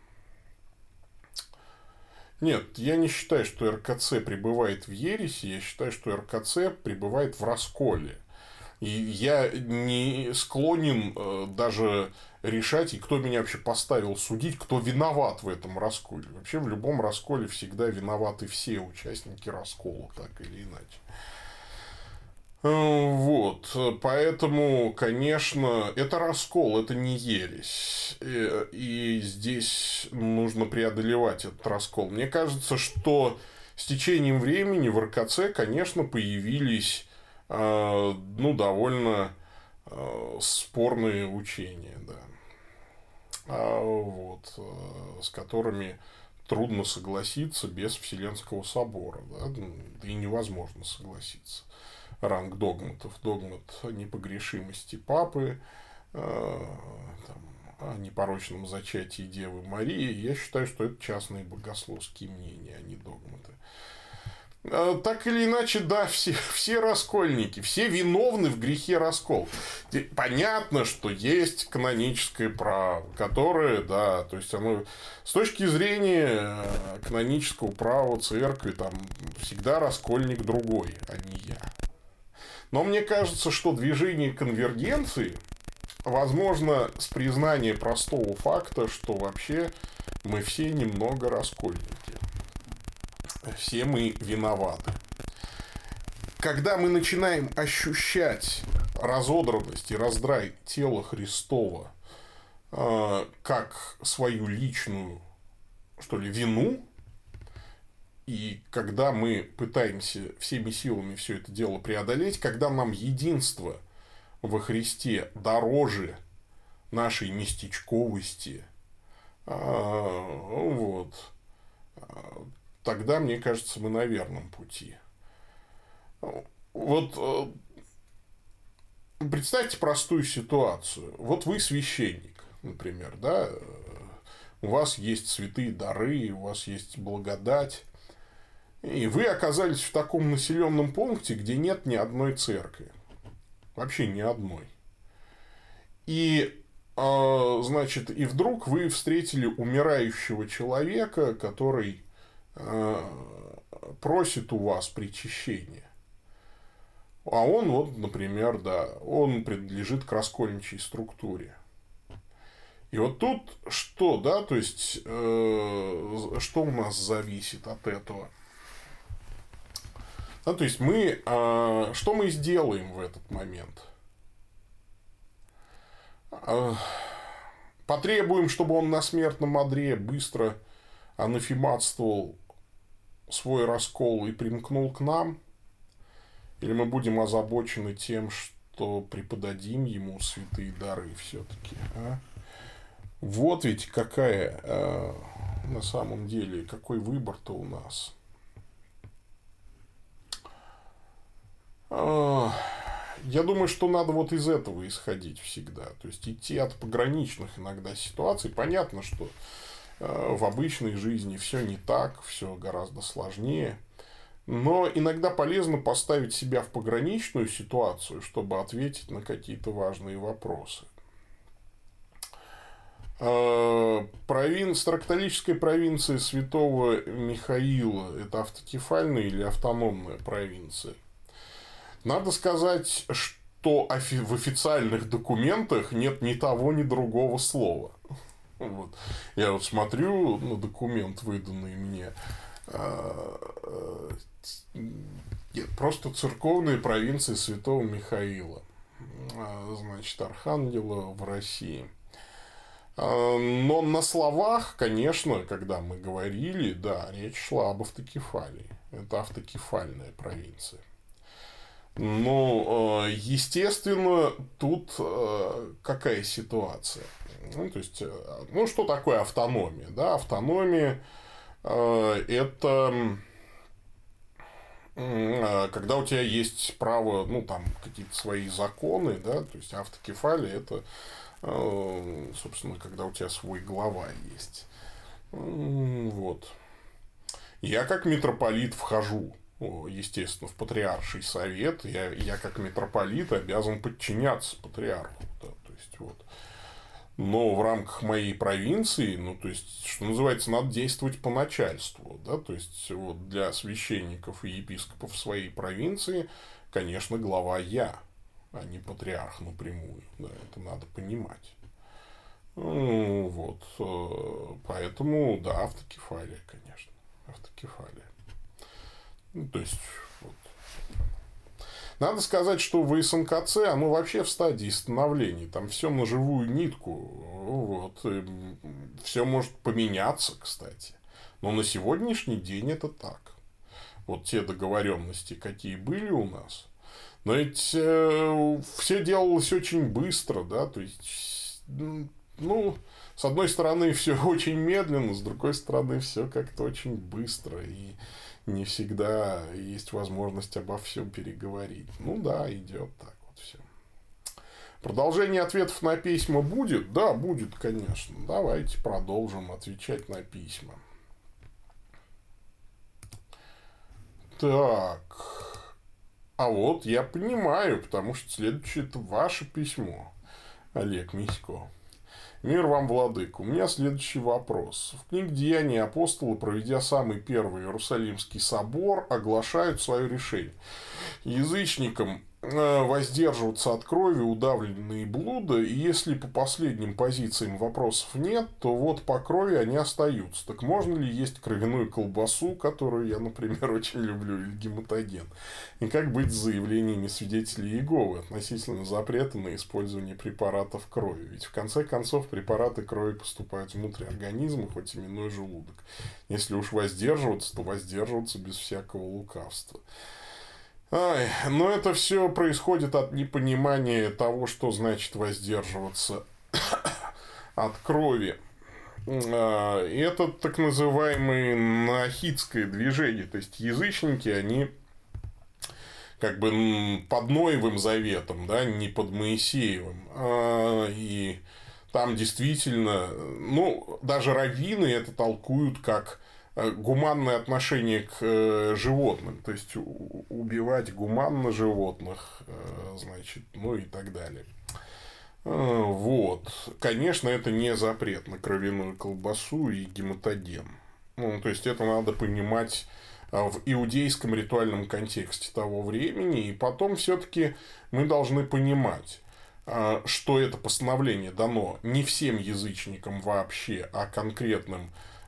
Нет, я не считаю, что эр ка цэ пребывает в ереси, я считаю, что эр ка цэ пребывает в расколе. И я не склонен э, даже решать, и кто меня вообще поставил судить, кто виноват в этом расколе. Вообще в любом расколе всегда виноваты все участники раскола, так или иначе. Вот, поэтому, конечно, это раскол, это не ересь. И, и здесь нужно преодолевать этот раскол. Мне кажется, что с течением времени в эр ка цэ, конечно, появились ну, довольно э, спорные учения, да. А, вот, э, с которыми трудно согласиться без Вселенского собора, да, да и невозможно согласиться. Ранг догматов, догмат непогрешимости Папы, э, там, о непорочном зачатии Девы Марии, я считаю, что это частные богословские мнения, а не догматы. Так или иначе, да, все, все раскольники, все виновны в грехе раскол. Понятно, что есть каноническое право, которое, да, то есть оно с точки зрения канонического права церкви, там всегда раскольник другой, а не я. Но мне кажется, что движение конвергенции возможно с признания простого факта, что вообще мы все немного раскольники. Все мы виноваты. Когда мы начинаем ощущать разодранность и раздрай тела Христова э, как свою личную, что ли, вину, и когда мы пытаемся всеми силами все это дело преодолеть, когда нам единство во Христе дороже нашей местечковости, вот, тогда, мне кажется, мы на верном пути. Вот представьте простую ситуацию. Вот вы священник, например, да, у вас есть святые дары, у вас есть благодать, и вы оказались в таком населенном пункте, где нет ни одной церкви. Вообще ни одной. И, значит, и вдруг вы встретили умирающего человека, который просит у вас причащения. А он, вот, например, да, он принадлежит к раскольничьей структуре. И вот тут что, да, то есть, э, что у нас зависит от этого? Да, то есть, мы, э, что мы сделаем в этот момент? Э, потребуем, чтобы он на смертном одре быстро анафематствовал свой раскол и примкнул к нам? Или мы будем озабочены тем, что преподадим ему святые дары все-таки? А? Вот ведь какая, э, на самом деле, какой выбор-то у нас. Э, я думаю, что надо вот из этого исходить всегда. То есть, идти от пограничных иногда ситуаций. Понятно, что э, в обычной жизни все не так, все гораздо сложнее. Но иногда полезно поставить себя в пограничную ситуацию, чтобы ответить на какие-то важные вопросы. Провин... Старокатолическая провинция Святого Михаила – это автокефальная или автономная провинция? Надо сказать, что в официальных документах нет ни того, ни другого слова. Вот. Я вот смотрю на документ, выданный мне. Просто церковная провинция Святого Михаила, значит, Архангела в России. Но на словах, конечно, когда мы говорили, да, речь шла об автокефалии. Это автокефальная провинция. Но, естественно, тут какая ситуация? Ну, то есть, ну, что такое автономия? Да, автономия – это когда у тебя есть право, ну, там, какие-то свои законы, да, то есть, автокефалия – это, собственно, когда у тебя свой глава есть. Вот. Я, как митрополит, вхожу, естественно, в патриарший совет. Я, я как митрополит обязан подчиняться патриарху. Да, то есть, вот. Но в рамках моей провинции, ну, то есть, что называется, надо действовать по начальству. Да? То есть, вот, для священников и епископов своей провинции, конечно, глава я, а не патриарх напрямую. Да, это надо понимать. Ну, вот. Поэтому, да, автокефалия, конечно. Автокефалия. Ну, то есть, вот. Надо сказать, что в СНКЦ оно вообще в стадии становления. Там все на живую нитку. Вот. Все может поменяться, кстати. Но на сегодняшний день это так. Вот те договоренности, какие были у нас. Но ведь э, все делалось очень быстро, да, то есть, ну, с одной стороны, все очень медленно, с другой стороны, все как-то очень быстро. И не всегда есть возможность обо всем переговорить. Ну да, идет так вот все. Продолжение ответов на письма будет? Да, будет, конечно. Давайте продолжим отвечать на письма. Так. А вот я понимаю, потому что следующее это ваше письмо, Олег Мисько. Мир вам, владыка. У меня следующий вопрос. В книге «Деяния апостола», проведя самый первый Иерусалимский собор, оглашают свое решение. Язычникам воздерживаться от крови, удавленной и блуда, и если по последним позициям вопросов нет, то вот по крови они остаются. Так можно ли есть кровяную колбасу, которую я, например, очень люблю, или гематоген? И как быть с заявлениями свидетелей Иеговы относительно запрета на использование препаратов крови? Ведь в конце концов препараты крови поступают внутрь организма, хоть и минуя желудок. Если уж воздерживаться, то воздерживаться без всякого лукавства. Ай, но это все происходит от непонимания того, что значит воздерживаться от крови. Это так называемое нахидское движение. То есть язычники, они как бы под Ноевым заветом, да, не под Моисеевым. И там действительно, ну, даже раввины это толкуют как гуманное отношение к животным. То есть убивать гуманно животных, значит, ну и так далее. Вот. Конечно, это не запрет на кровяную колбасу и гематоген. Ну, то есть, это надо понимать в иудейском ритуальном контексте того времени. И потом, все-таки, мы должны понимать, что это постановление дано не всем язычникам вообще, а конкретным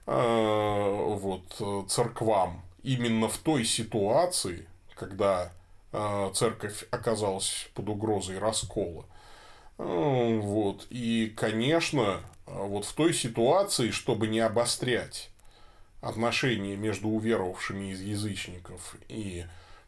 вот, церквам именно в той ситуации, когда церковь оказалась под угрозой раскола. Вот. И, конечно, вот в той ситуации, чтобы не обострять отношения между уверовавшими из язычников и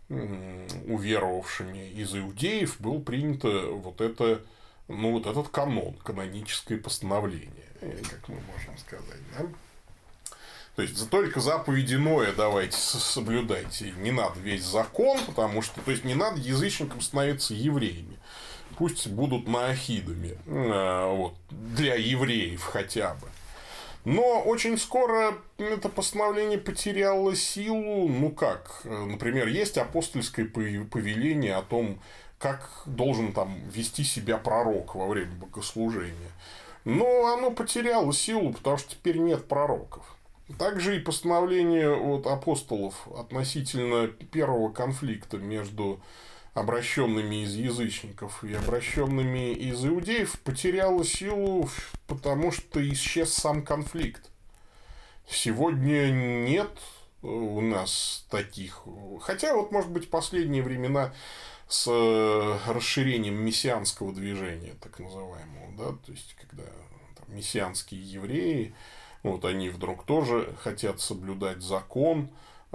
уверовавшими из иудеев, было принято вот это, ну, вот этот канон, каноническое постановление, как мы можем сказать, да? То есть, только заповеди Ноя давайте соблюдайте, не надо весь закон, потому что, то есть, не надо язычникам становиться евреями. Пусть будут наахидами, вот, для евреев хотя бы. Но очень скоро это постановление потеряло силу. Ну как, например, есть апостольское повеление о том, как должен там вести себя пророк во время богослужения. Но оно потеряло силу, потому что теперь нет пророков. Также и постановление от апостолов относительно первого конфликта между обращенными из язычников и обращенными из иудеев потеряло силу, потому что исчез сам конфликт. Сегодня нет у нас таких. Хотя, вот, может быть, в последние времена с расширением мессианского движения, так называемого, да, то есть, когда там, мессианские евреи, вот они вдруг тоже хотят соблюдать закон.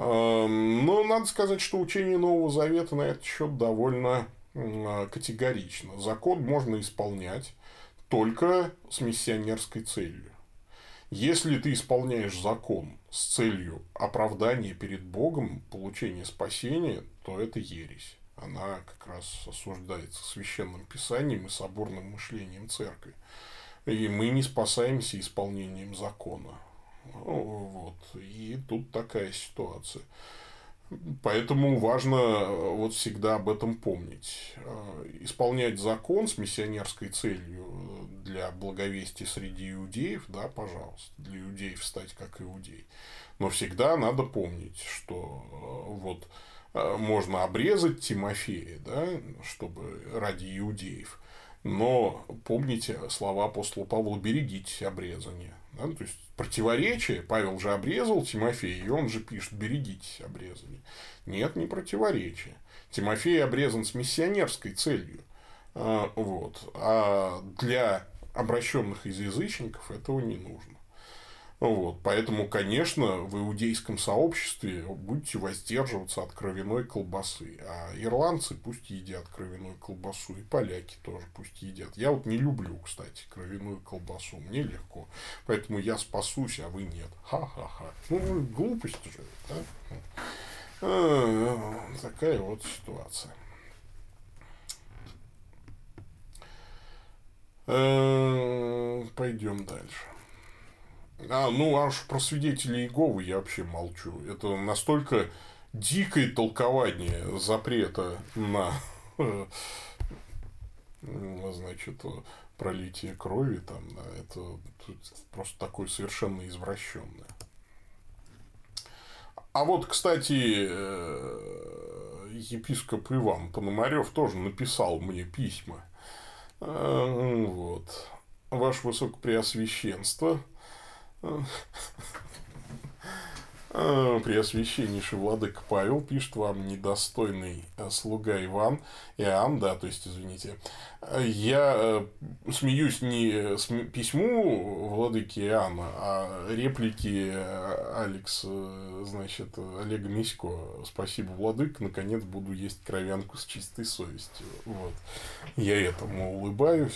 Но надо сказать, что учение Нового Завета на этот счет довольно категорично. Закон можно исполнять только с миссионерской целью. Если ты исполняешь закон с целью оправдания перед Богом, получения спасения, то это ересь. Она как раз осуждается священным писанием и соборным мышлением церкви. И мы не спасаемся исполнением закона. Вот. И тут такая ситуация. Поэтому важно вот всегда об этом помнить. Исполнять закон с миссионерской целью для благовестия среди иудеев, да, пожалуйста, для иудеев стать как иудей. Но всегда надо помнить, что вот можно обрезать Тимофея, да, чтобы ради иудеев. Но помните слова апостола Павла: берегите обрезание. Да? То есть, противоречие. Павел же обрезал Тимофея, и он же пишет: берегитесь обрезания. Нет, не противоречие. Тимофей обрезан с миссионерской целью. Вот. А для обращенных из язычников этого не нужно. Вот. Поэтому, конечно, в иудейском сообществе будете воздерживаться от кровяной колбасы. А ирландцы пусть едят кровяную колбасу, и поляки тоже пусть едят. Я вот не люблю, кстати, кровяную колбасу. Мне легко. Поэтому я спасусь, а вы нет. Ха-ха-ха. Ну, глупость же. Да? А, такая вот ситуация. Пойдем дальше. А, ну, аж про свидетелей Иеговы я вообще молчу. Это настолько дикое толкование запрета на, значит, пролитие крови там, да, это просто такое совершенно извращенное. А вот, кстати, епископ Иван Пономарев тоже написал мне письма. Вот. Ваше Высокопреосвященство, Преосвященнейший владыка Павел пишет вам: недостойный слуга Иван, Иоанн, да, то есть, извините, я смеюсь не с письму владыки Иоанна, а реплики Алекс, значит, Олега Мисько. Спасибо, владыка, наконец буду есть кровянку с чистой совестью. Вот. Я этому улыбаюсь.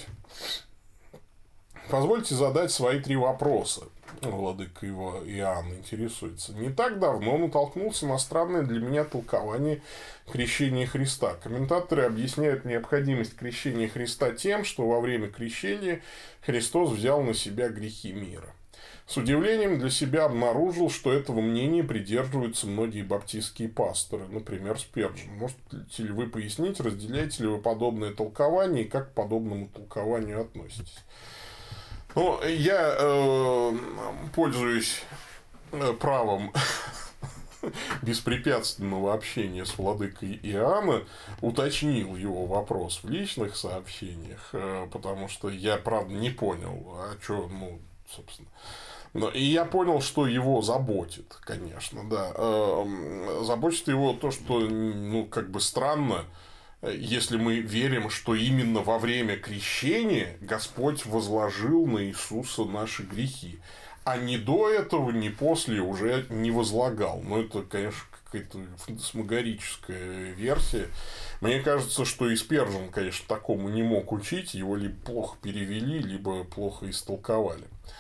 Позвольте задать свои три вопроса. Владыка его Иоанн интересуется. Не так давно он натолкнулся на странное для меня толкование крещения Христа. Комментаторы объясняют необходимость крещения Христа тем, что во время крещения Христос взял на себя грехи мира. С удивлением для себя обнаружил, что этого мнения придерживаются многие баптистские пасторы, например, Спержен. Можете ли вы пояснить, разделяете ли вы подобное толкование и как к подобному толкованию относитесь? Ну, я э, пользуюсь правом беспрепятственного общения с владыкой Иоанна, уточнил его вопрос в личных сообщениях, э, потому что я, правда, не понял, а что, ну, собственно. И я понял, что его заботит, конечно, да. Э, заботит его то, что, ну, как бы странно, если мы верим, что именно во время крещения Господь возложил на Иисуса наши грехи, а ни до этого, ни после уже не возлагал. Ну, это, конечно, какая-то фантасмагорическая версия. Мне кажется, что и Спержен, конечно, такому не мог учить, его либо плохо перевели, либо плохо истолковали.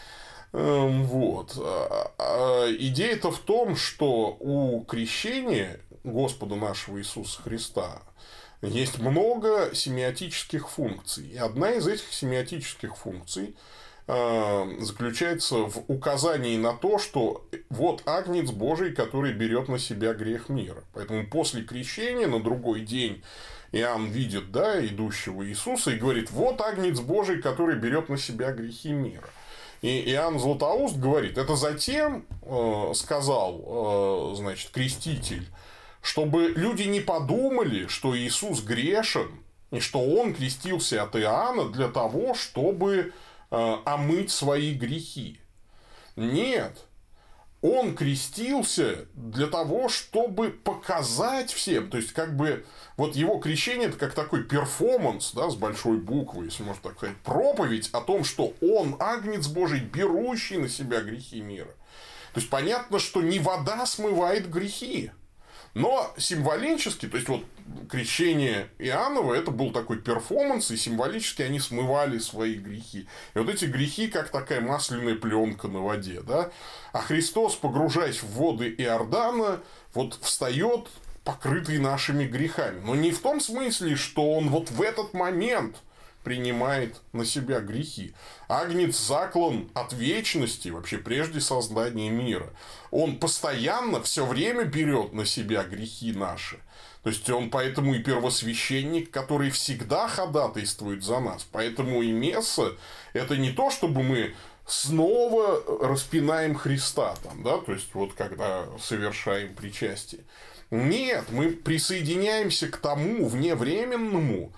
Вот. Идея-то в том, что у крещения Господа нашего Иисуса Христа есть много семиотических функций. И одна из этих семиотических функций э, заключается в указании на то, что вот Агнец Божий, который берет на себя грех мира. Поэтому после крещения на другой день Иоанн видит, да, идущего Иисуса и говорит: вот Агнец Божий, который берет на себя грехи мира. И Иоанн Златоуст говорит: это затем, э, сказал, э, значит, креститель, чтобы люди не подумали, что Иисус грешен, и что Он крестился от Иоанна для того, чтобы э, омыть свои грехи. Нет. Он крестился для того, чтобы показать всем. То есть, как бы, вот его крещение – это как такой перформанс, да, с большой буквы, если можно так сказать, проповедь о том, что он Агнец Божий, берущий на себя грехи мира. То есть, понятно, что не вода смывает грехи. Но символически, то есть, вот крещение Иоаннова – это был такой перформанс, и символически они смывали свои грехи. И вот эти грехи, как такая масляная пленка на воде, да? А Христос, погружаясь в воды Иордана, вот встает покрытый нашими грехами. Но не в том смысле, что он вот в этот момент принимает на себя грехи. Агнец заклан от вечности, вообще прежде создания мира. Он постоянно, все время берет на себя грехи наши. То есть, он поэтому и первосвященник, который всегда ходатайствует за нас. Поэтому и месса – это не то, чтобы мы снова распинаем Христа, там, да? То есть, вот когда совершаем причастие. Нет, мы присоединяемся к тому вневременному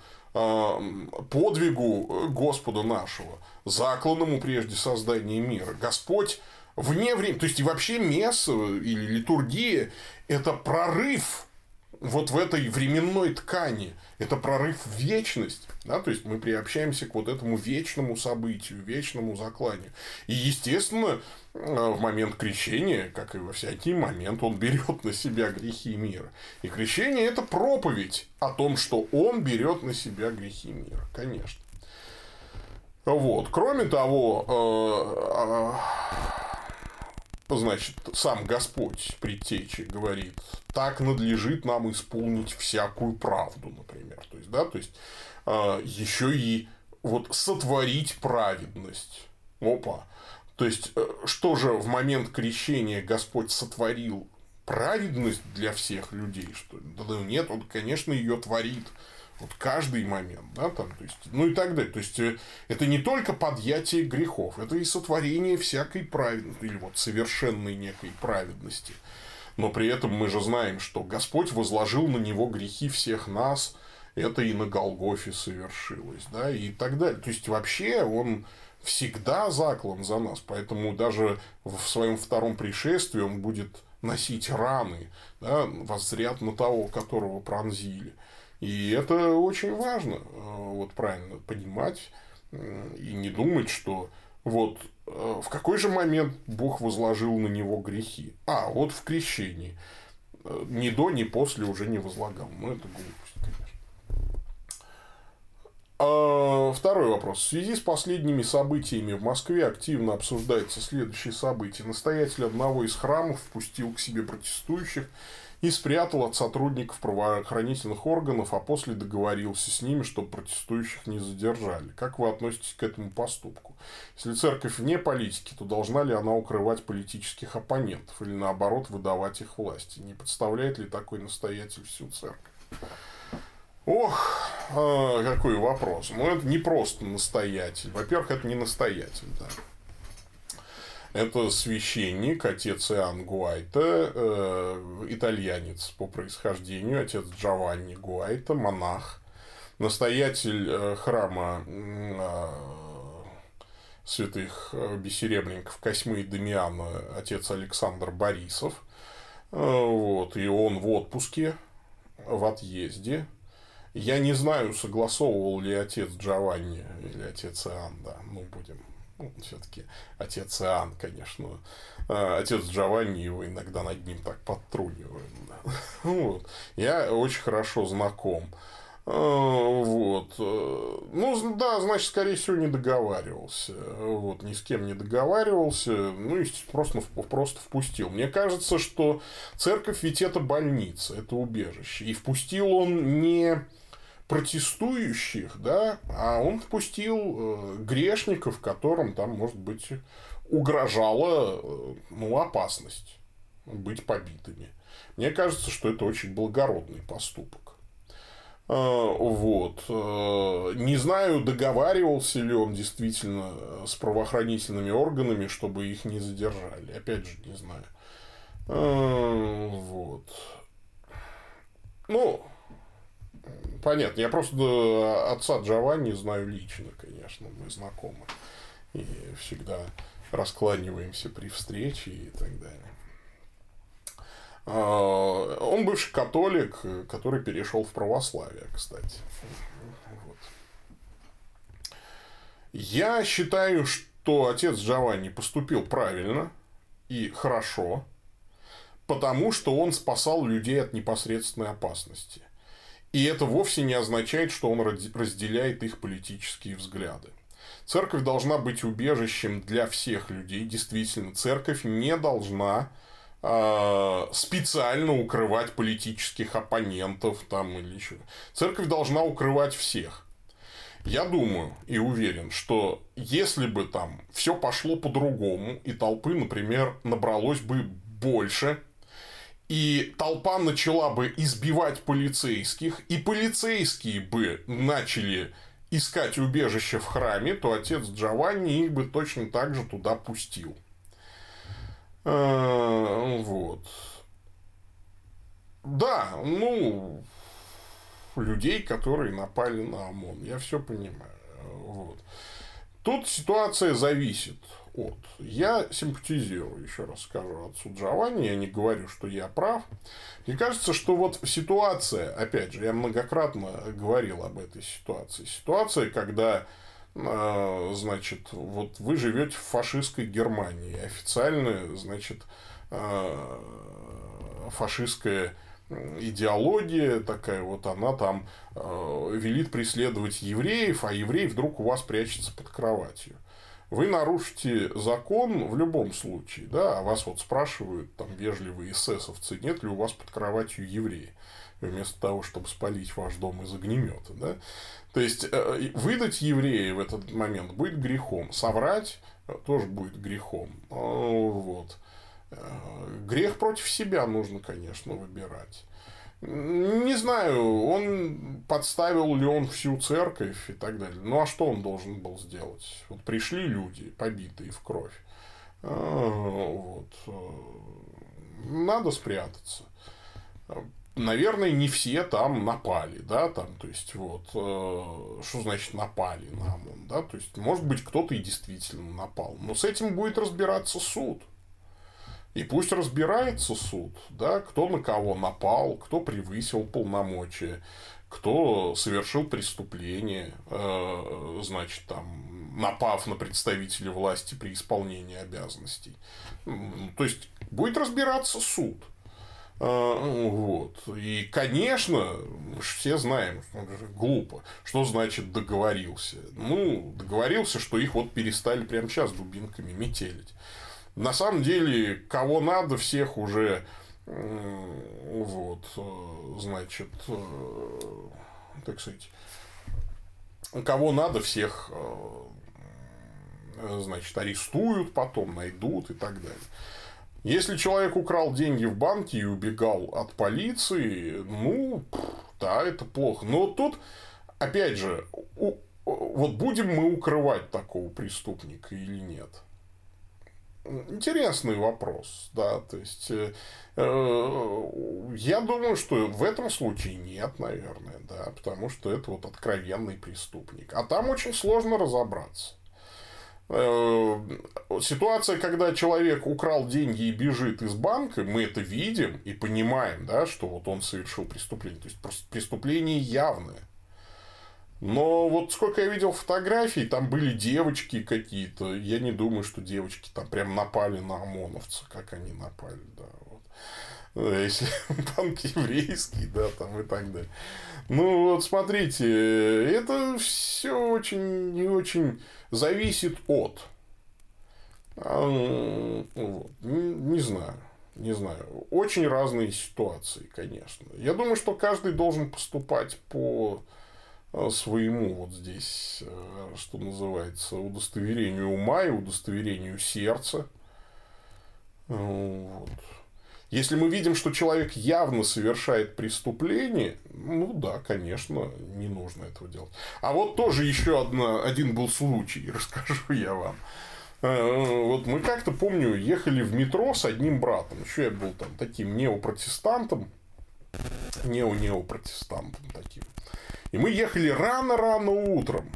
подвигу Господа нашего, закланному прежде создания мира. Господь вне времени, то есть, и вообще месса или литургия – это прорыв вот в этой временной ткани, это прорыв в вечность, да? То есть, мы приобщаемся к вот этому вечному событию, вечному закланию. И, естественно, в момент крещения, как и во всякий момент, он берет на себя грехи мира. И крещение – это проповедь о том, что он берет на себя грехи мира, конечно. Вот. Кроме того, значит, сам Господь предтечи говорит: так надлежит нам исполнить всякую правду, например. То есть, да, то есть, еще и вот сотворить праведность. Опа. То есть, что же в момент крещения Господь сотворил праведность для всех людей? Что? Да нет, Он, конечно, ее творит. Вот каждый момент, да, там, то есть, ну и так далее. То есть, это не только подъятие грехов, это и сотворение всякой праведности, или вот совершенной некой праведности. Но при этом мы же знаем, что Господь возложил на него грехи всех нас, это и на Голгофе совершилось, да, и так далее. То есть, вообще он всегда заклан за нас, поэтому даже в своем втором пришествии он будет носить раны, да, воззрят на того, которого пронзили. И это очень важно, вот правильно понимать и не думать, что вот в какой же момент Бог возложил на него грехи. А, вот в крещении. Ни до, ни после уже не возлагал. Ну, это глупость, конечно. Второй вопрос. В связи с последними событиями в Москве активно обсуждается следующее событие. Настоятель одного из храмов впустил к себе протестующих и спрятал от сотрудников правоохранительных органов, а после договорился с ними, чтобы протестующих не задержали. Как вы относитесь к этому поступку? Если церковь вне политики, то должна ли она укрывать политических оппонентов или, наоборот, выдавать их власти? Не подставляет ли такой настоятель всю церковь? Ох, какой вопрос. Ну, это не просто настоятель. Во-первых, это не настоятель, да. Это священник, отец Иоанн Гуайта, э, итальянец по происхождению, отец Джованни Гуайта, монах, настоятель э, храма э, святых бессеребренников Косьмы и Дамиана, отец Александр Борисов. Э, вот, и он в отпуске, в отъезде. Я не знаю, согласовывал ли отец Джованни или отец Иоанн, да, ну, будем... Ну, все-таки отец Иоанн, конечно. Отец Джованни, его иногда над ним так подтрунивают. Да. Вот. Я очень хорошо знаком. Вот. Ну, да, значит, скорее всего, не договаривался. Вот. Ни с кем не договаривался. Ну, естественно, просто, просто впустил. Мне кажется, что церковь ведь это больница, это убежище. И впустил он не протестующих, да, а он впустил э, грешников, которым там, может быть, угрожала э, ну, опасность быть побитыми. Мне кажется, что это очень благородный поступок. Э, вот. Э, не знаю, договаривался ли он действительно с правоохранительными органами, чтобы их не задержали. Опять же, не знаю. Э, вот. Ну... Понятно. Я просто отца Джованни знаю лично, конечно, мы знакомы. И всегда раскланиваемся при встрече и так далее. Он бывший католик, который перешел в православие, кстати. Вот. Я считаю, что отец Джованни поступил правильно и хорошо, потому что он спасал людей от непосредственной опасности. И это вовсе не означает, что он разделяет их политические взгляды. Церковь должна быть убежищем для всех людей. Действительно, церковь не должна э, специально укрывать политических оппонентов там, или еще. Церковь должна укрывать всех. Я думаю и уверен, что если бы там все пошло по-другому, и толпы, например, набралось бы больше, и толпа начала бы избивать полицейских, и полицейские бы начали искать убежище в храме, то отец Джованни их бы точно так же туда пустил. Вот. Да, ну, людей, которые напали на ОМОН, я все понимаю. Вот. Тут ситуация зависит от. Я симпатизирую, еще раз скажу, отцу Джованни, я не говорю, что я прав. Мне кажется, что вот ситуация, опять же, я многократно говорил об этой ситуации. Ситуация, когда, значит, вот вы живете в фашистской Германии, официально, значит, фашистская идеология такая вот, она там велит преследовать евреев, а еврей вдруг у вас прячется под кроватью. Вы нарушите закон в любом случае, да, а вас вот спрашивают там вежливые эсэсовцы, нет ли у вас под кроватью евреи, вместо того, чтобы спалить ваш дом из огнемета, да. То есть, выдать еврея в этот момент будет грехом, соврать тоже будет грехом, вот. Грех против себя нужно, конечно, выбирать. Не знаю, он подставил ли он всю церковь и так далее. Ну, а что он должен был сделать? Вот пришли люди, побитые в кровь. Вот. Надо спрятаться. Наверное, не все там напали, да, там, то есть, вот, что значит напали на ОМОН, да, то есть, может быть, кто-то и действительно напал. Но с этим будет разбираться суд. И пусть разбирается суд, да, кто на кого напал, кто превысил полномочия, кто совершил преступление, э, значит, там, напав на представителей власти при исполнении обязанностей. То есть, будет разбираться суд. Э, вот. И, конечно, мы же все знаем, глупо, что значит договорился. Ну, договорился, что их вот перестали прямо сейчас дубинками метелить. На самом деле, кого надо, всех уже, вот, значит, так сказать, кого надо, всех, значит, арестуют, потом найдут и так далее. Если человек украл деньги в банке и убегал от полиции, ну, да, это плохо. Но тут, опять же, вот будем мы укрывать такого преступника или нет? Интересный вопрос, да, то есть, э, э, я думаю, что в этом случае нет, наверное, да, потому что это вот откровенный преступник, а там очень сложно разобраться. Э, ситуация, когда человек украл деньги и бежит из банка, мы это видим и понимаем, да, что вот он совершил преступление, то есть преступление явное. Но вот сколько я видел фотографий, там были девочки какие-то. Я не думаю, что девочки там прям напали на ОМОНовца, как они напали, да. Вот. Если банк еврейский, да, там и так далее. Ну, вот смотрите, это все очень и очень зависит от. Вот. Не знаю. Не знаю. Очень разные ситуации, конечно. Я думаю, что каждый должен поступать по своему вот здесь, что называется, удостоверению ума и удостоверению сердца. Вот. Если мы видим, что человек явно совершает преступление, ну да, конечно, не нужно этого делать. А вот тоже еще одна, один был случай, расскажу я вам. Вот мы как-то, помню, ехали в метро с одним братом. Еще я был там таким неопротестантом. Нео-неопротестантом таким. И мы ехали рано-рано утром.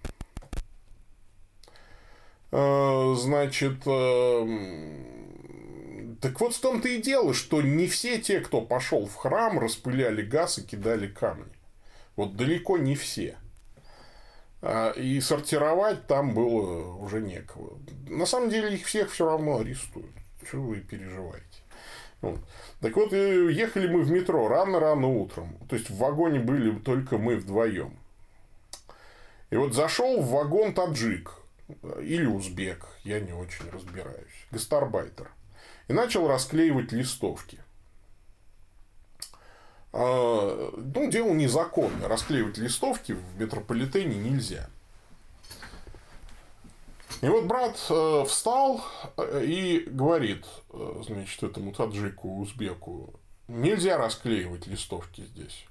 Значит, так вот в том-то и дело, что не все те, кто пошел в храм, распыляли газ и кидали камни. Вот далеко не все. И сортировать там было уже некого. На самом деле их всех все равно арестуют. Чего вы переживаете? Вот. Так вот, ехали мы в метро рано-рано утром. То есть в вагоне были только мы вдвоем. И вот зашел в вагон таджик или узбек, я не очень разбираюсь, гастарбайтер, и начал расклеивать листовки. Ну, дело незаконное. Расклеивать листовки в метрополитене нельзя. И вот брат э, встал и говорит, э, значит, этому таджику, узбеку: нельзя расклеивать листовки здесь.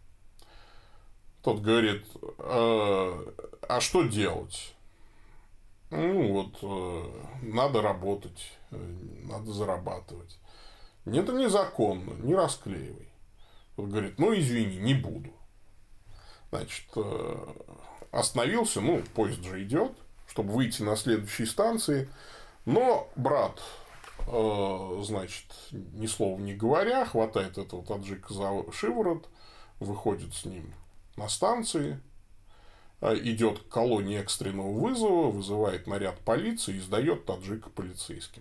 Тот говорит: э, а что делать? Ну, вот, э, надо работать, э, надо зарабатывать. Это незаконно, не расклеивай. Тот говорит: ну, извини, не буду. Значит, э, остановился, ну, поезд же идет, чтобы выйти на следующей станции. Но брат, э, значит, ни слова не говоря, хватает этого таджика за шиворот, выходит с ним на станции, э, идет к колонне экстренного вызова, вызывает наряд полиции и сдает таджика полицейским.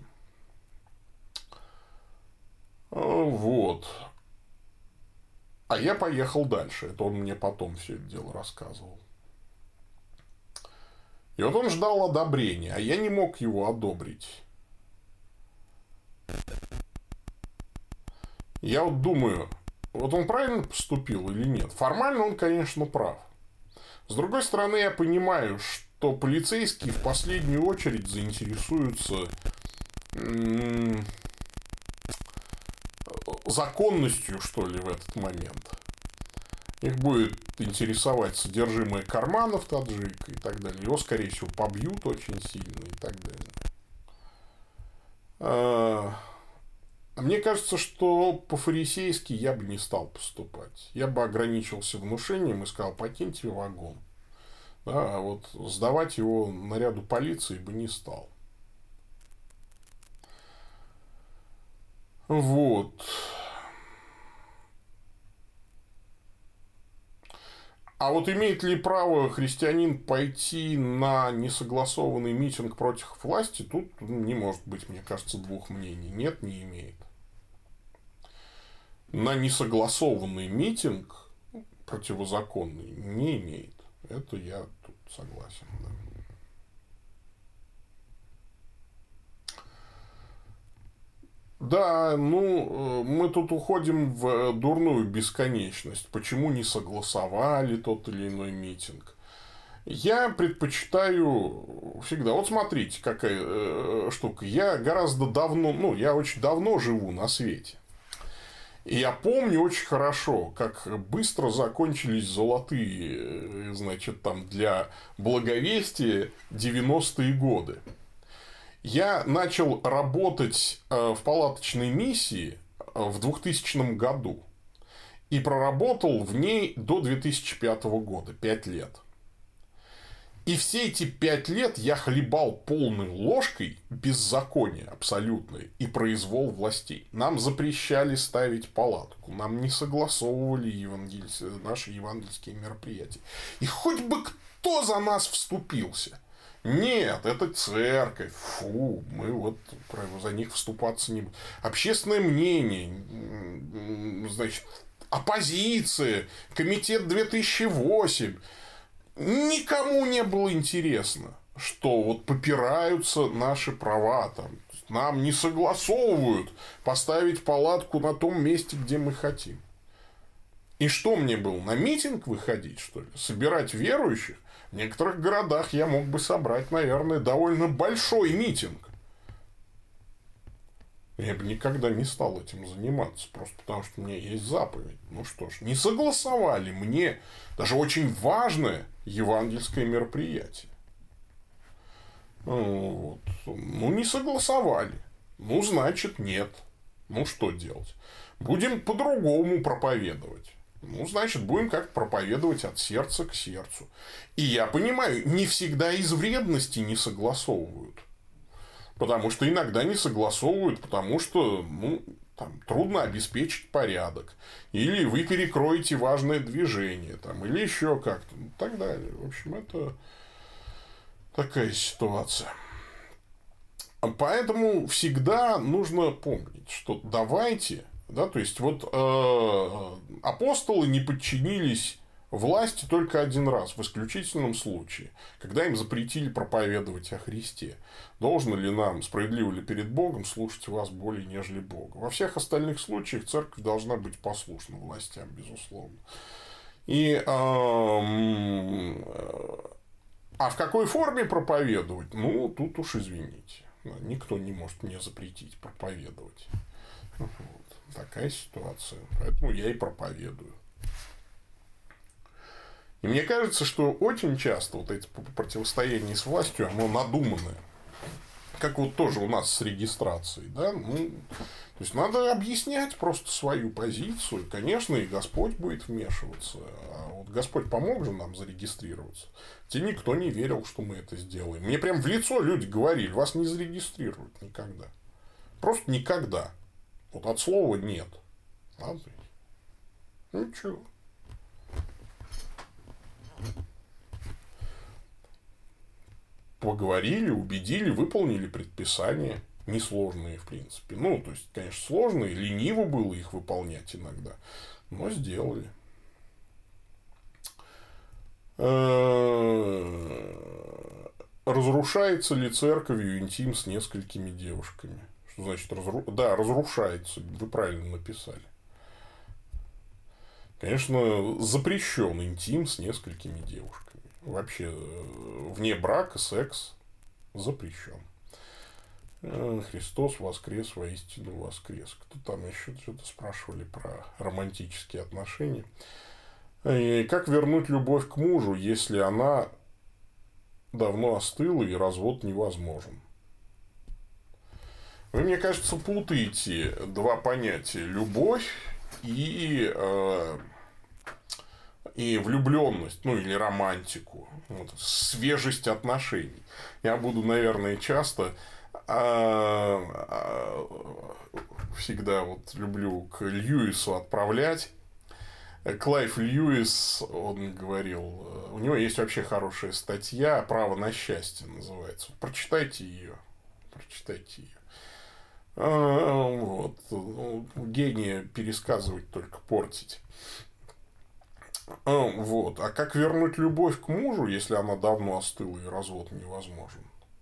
Э, вот. А я поехал дальше. Это он мне потом все это дело рассказывал. И вот он ждал одобрения, а я не мог его одобрить. Я вот думаю, вот он правильно поступил или нет? Формально он, конечно, прав. С другой стороны, я понимаю, что полицейские в последнюю очередь заинтересуются м- законностью, что ли, в этот момент. Их будет интересовать содержимое карманов таджика и так далее. Его, скорее всего, побьют очень сильно и так далее. Мне кажется, что по-фарисейски я бы не стал поступать. Я бы ограничился внушением и сказал: покиньте вагон. Да, а вот сдавать его наряду полиции бы не стал. Вот. А вот имеет ли право христианин пойти на несогласованный митинг против власти? Тут не может быть, мне кажется, двух мнений. Нет, не имеет. На несогласованный митинг противозаконный не имеет. Это я тут согласен. Да. Да, ну, мы тут уходим в дурную бесконечность. Почему не согласовали тот или иной митинг? Я предпочитаю всегда... Вот смотрите, какая э, штука. Я гораздо давно... Ну, я очень давно живу на свете. И я помню очень хорошо, как быстро закончились золотые, значит, там, для благовестия девяностые годы. Я начал работать в палаточной миссии в двухтысячном году и проработал в ней до две тысячи пятого года, пять лет. И все эти пять лет я хлебал полной ложкой беззакония абсолютное и произвол властей. Нам запрещали ставить палатку, нам не согласовывали евангельс... наши евангельские мероприятия. И хоть бы кто за нас вступился. Нет, это церковь. Фу, мы вот за них вступаться не будем. Общественное мнение, значит, оппозиция, комитет две тысячи восемь. Никому не было интересно, что вот попираются наши права. Там, нам не согласовывают поставить палатку на том месте, где мы хотим. И что мне было? На митинг выходить, что ли? Собирать верующих? В некоторых городах я мог бы собрать, наверное, довольно большой митинг. Я бы никогда не стал этим заниматься, просто потому что у меня есть заповедь. Ну что ж, не согласовали мне даже очень важное евангельское мероприятие. Ну, вот. Ну, не согласовали. Ну, значит, нет. Ну, что делать? Будем по-другому проповедовать. Ну, значит, будем как-то проповедовать от сердца к сердцу. И я понимаю, не всегда из вредности не согласовывают. Потому что иногда не согласовывают, потому что, ну, там, трудно обеспечить порядок. Или вы перекроете важное движение, там, или еще как-то, и так далее. В общем, это такая ситуация. Поэтому всегда нужно помнить, что давайте, да, то есть вот э, апостолы не подчинились власти только один раз, в исключительном случае, когда им запретили проповедовать о Христе. Должно ли нам, справедливо ли перед Богом, слушать вас более, нежели Бога? Во всех остальных случаях церковь должна быть послушна властям, безусловно. И, э, а в какой форме проповедовать? Ну, тут уж извините. Никто не может мне запретить проповедовать. Вот. Такая ситуация. Поэтому я и проповедую. И мне кажется, что очень часто вот эти противостояния с властью, оно надуманное. Как вот тоже у нас с регистрацией. Да? Ну, то есть, надо объяснять просто свою позицию. Конечно, и Господь будет вмешиваться. А вот Господь помог же нам зарегистрироваться. Те никто не верил, что мы это сделаем. Мне прям в лицо люди говорили, вас не зарегистрируют никогда. Просто никогда. Вот от слова нет. Ладно? Ничего. Поговорили, убедили, выполнили предписания. Несложные, в принципе. Ну, то есть, конечно, сложные, лениво было их выполнять иногда. Но сделали. Разрушается ли церковью интим с несколькими девушками? Что значит разру... Да, разрушается. Вы правильно написали. Конечно, запрещен интим с несколькими девушками. Вообще, вне брака секс запрещен. Христос воскрес, воистину воскрес. Кто там еще что-то спрашивали про романтические отношения. И как вернуть любовь к мужу, если она давно остыла и развод невозможен? Вы, мне кажется, путаете два понятия: любовь и, э, и влюбленность, ну или романтику, вот, свежесть отношений. Я буду, наверное, часто всегда вот люблю к Льюису отправлять. Клайв Льюис, он говорил, у него есть вообще хорошая статья «Право на счастье» называется. Прочитайте ее. Прочитайте ее. Вот. Гения пересказывать только портить. Вот. А как вернуть любовь к мужу, если она давно остыла и развод невозможен?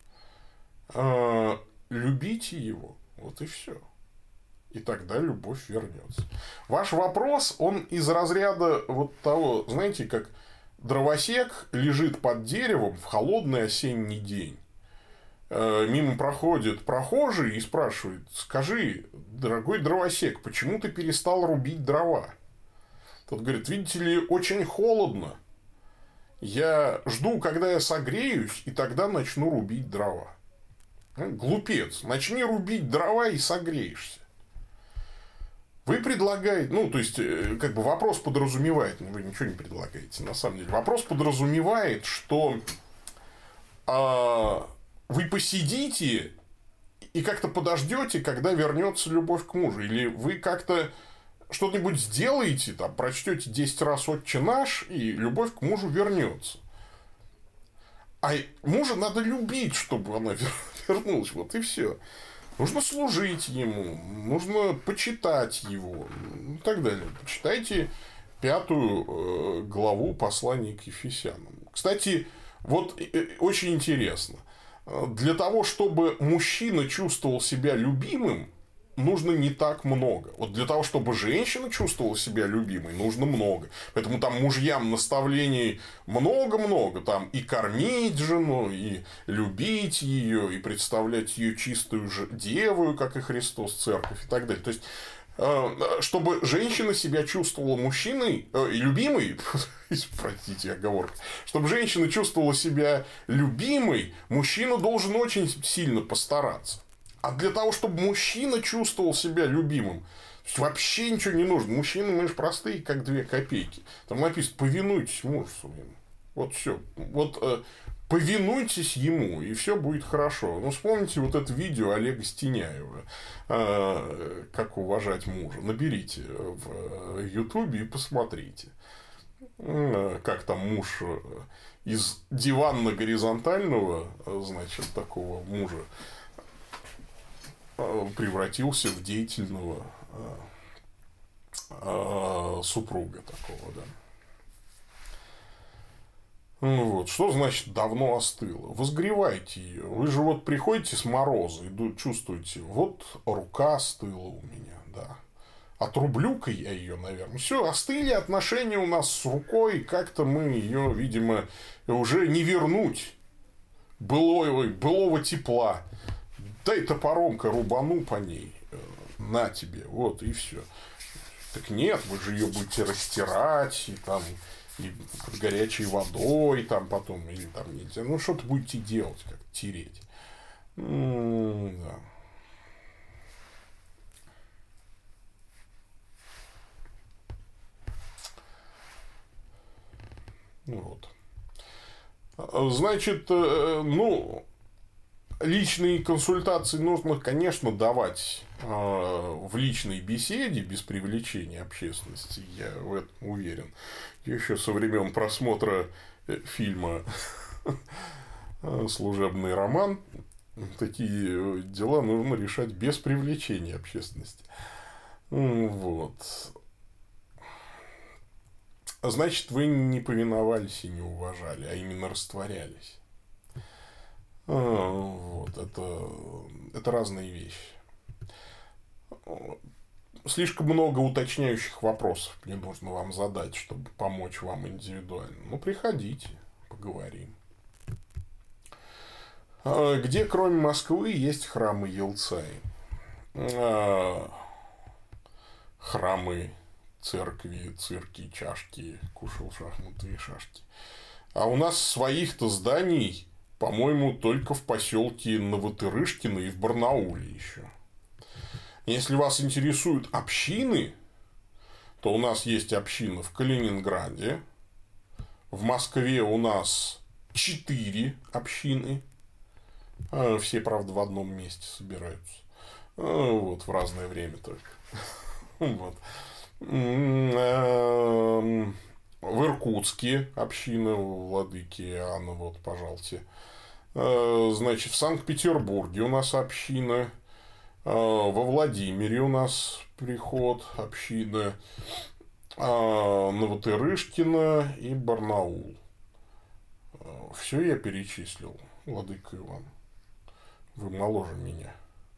Любите его. Вот и все. И тогда любовь вернется. Ваш вопрос, он из разряда вот того, знаете, как дровосек лежит под деревом в холодный осенний день. Мимо проходит прохожий и спрашивает: скажи, дорогой дровосек, почему ты перестал рубить дрова? Тот говорит: видите ли, очень холодно. Я жду, когда я согреюсь, и тогда начну рубить дрова. Глупец, начни рубить дрова и согреешься. Вы предлагаете, ну, то есть, как бы вопрос подразумевает, вы ничего не предлагаете, на самом деле. Вопрос подразумевает, что а, вы посидите и как-то подождете, когда вернется любовь к мужу. Или вы как-то что-нибудь сделаете, там, прочтете десять раз «Отче наш», и любовь к мужу вернется. А мужа надо любить, чтобы она вернулась. Вот и все. Нужно служить ему, нужно почитать его и так далее. Почитайте пятую главу послания к Ефесянам. Кстати, вот очень интересно. Для того, чтобы мужчина чувствовал себя любимым, нужно не так много. Вот для того, чтобы женщина чувствовала себя любимой, нужно много. Поэтому там мужьям наставлений много-много. Там и кормить жену, и любить ее, и представлять ее чистую же девою, как и Христос, церковь и так далее. То есть, чтобы женщина себя чувствовала мужчиной, э, любимой, простите, оговорка, чтобы женщина чувствовала себя любимой, мужчина должен очень сильно постараться. А для того, чтобы мужчина чувствовал себя любимым, вообще ничего не нужно. Мужчины, мы же простые, как две копейки. Там написано: повинуйтесь мужу своему. Вот все. Вот э, повинуйтесь ему, и все будет хорошо. Ну, вспомните вот это видео Олега Стеняева, э, как уважать мужа. Наберите в Ютубе и посмотрите, э, как там муж из диванно-горизонтального, значит, такого мужа превратился в деятельного супруга такого, да. Ну вот, что значит давно остыло? Возгревайте ее. Вы же вот приходите с мороза и чувствуете: вот рука остыла у меня, да. Отрублю-ка я ее, наверное. Все, остыли отношения у нас с рукой, как-то мы ее, видимо, уже не вернуть былого, былого тепла. Дай топором-ка рубану по ней, на тебе, вот, и все. Так нет, вы же ее будете растирать, и там, и под горячей водой, там потом, или там нельзя. Ну, что-то будете делать, как тереть. М-м, да. Вот. Значит, ну, личные консультации нужно, конечно, давать э, в личной беседе, без привлечения общественности, я в этом уверен. Еще со времен просмотра фильма «Служебный роман» такие дела нужно решать без привлечения общественности. Вот. Значит, вы не повиновались и не уважали, а именно растворялись. Вот, это, это разные вещи. Слишком много уточняющих вопросов мне нужно вам задать, чтобы помочь вам индивидуально. Ну, приходите, поговорим. Где, кроме Москвы, есть храмы Елцаи? Храмы, церкви, цирки, чашки, кушал шахматные шашки. А у нас своих-то зданий, по-моему, только в поселке Новотырышкино и в Барнауле еще. Если вас интересуют общины, то у нас есть община в Калининграде. В Москве у нас четыре общины. Все, правда, в одном месте собираются. Вот, в разное время только. Вот. В Иркутске община владыки Иоанна, вот, пожалуйте. Значит, в Санкт-Петербурге у нас община. Во Владимире у нас приход, община. Новотырышкино и Барнаул. Все я перечислил, владыка Иван. Вы моложе меня.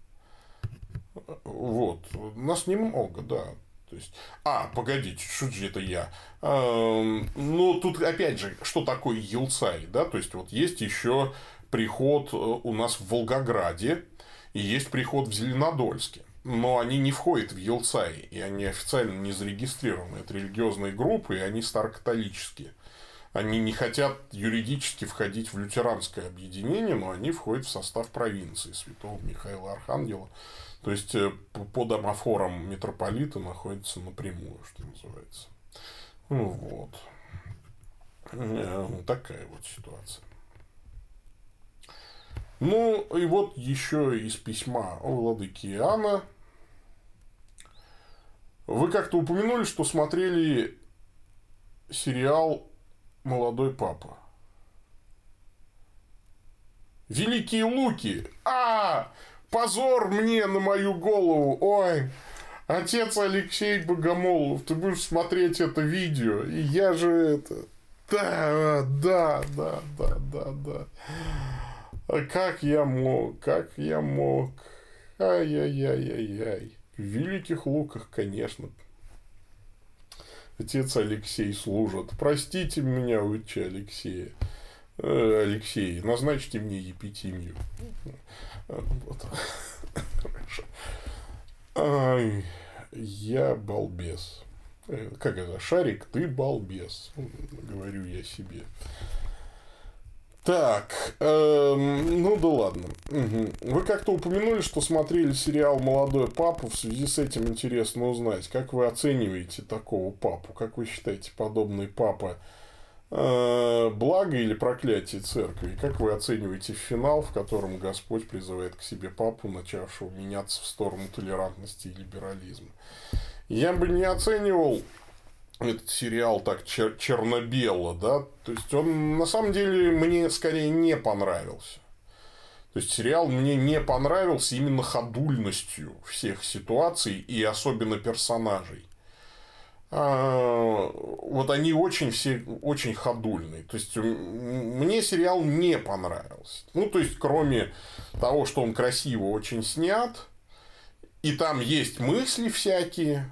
Вот. Нас немного, да. То есть... А, погодите, что же это я? А, ну, тут, опять же, что такое Елцай, да? То есть, вот есть еще приход у нас в Волгограде, и есть приход в Зеленодольске. Но они не входят в Елцай, и они официально не зарегистрированы. Это религиозные группы, и они старокатолические. Они не хотят юридически входить в лютеранское объединение, но они входят в состав провинции Святого Михаила Архангела. То есть, по домофорам митрополита находится напрямую, что называется. Ну, вот. Такая вот ситуация. Ну, и вот еще из письма о владыке Иоанна. Вы как-то упомянули, что смотрели сериал «Молодой папа». Великие Луки! А! Позор мне на мою голову! Ой! Отец Алексей Богомолов, ты будешь смотреть это видео, и я же это... Да, да, да, да, да, да. А как я мог, как я мог? Ай-яй-яй-яй-яй. В Великих Луках, конечно. Отец Алексей служит. Простите меня, отче Алексея. Э, Алексей, назначьте мне епитимию. Вот. Хорошо. Ай, я балбес. Как это? Шарик, ты балбес. Говорю я себе. Так, эм, ну да ладно. Угу. Вы как-то упомянули, что смотрели сериал «Молодой папа». В связи с этим интересно узнать, как вы оцениваете такого папу? Как вы считаете, подобный папа э, благо или проклятие церкви? Как вы оцениваете финал, в котором Господь призывает к себе папу, начавшего меняться в сторону толерантности и либерализма? Я бы не оценивал этот сериал так чер- черно-бело, да, то есть он на самом деле мне скорее не понравился. То есть сериал мне не понравился именно ходульностью всех ситуаций и особенно персонажей. А, вот они очень все очень ходульные. То есть мне сериал не понравился. Ну, то есть кроме того, что он красиво очень снят, и там есть мысли всякие.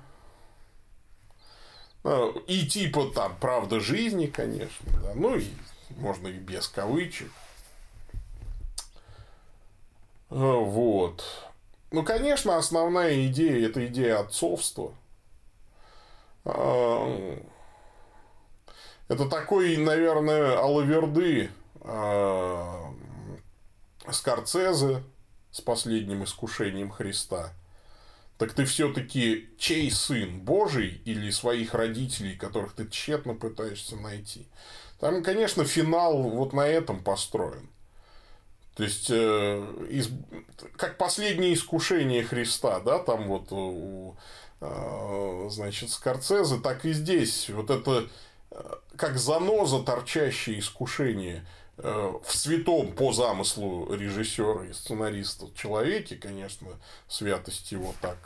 И типа там правда жизни, конечно, да. Ну и можно и без кавычек. Вот. Ну, конечно, основная идея — это идея отцовства. Это такой, наверное, алаверды Скорсезе с «Последним искушением Христа». Так ты все-таки чей сын? Божий или своих родителей, которых ты тщетно пытаешься найти? Там, конечно, финал вот на этом построен. То есть, э, из, как последнее искушение Христа, да, там вот у, э, значит, Скорсезе, так и здесь. Вот это э, как заноза, торчащее искушение э, в святом по замыслу режиссера и сценариста человеке, конечно, святость его так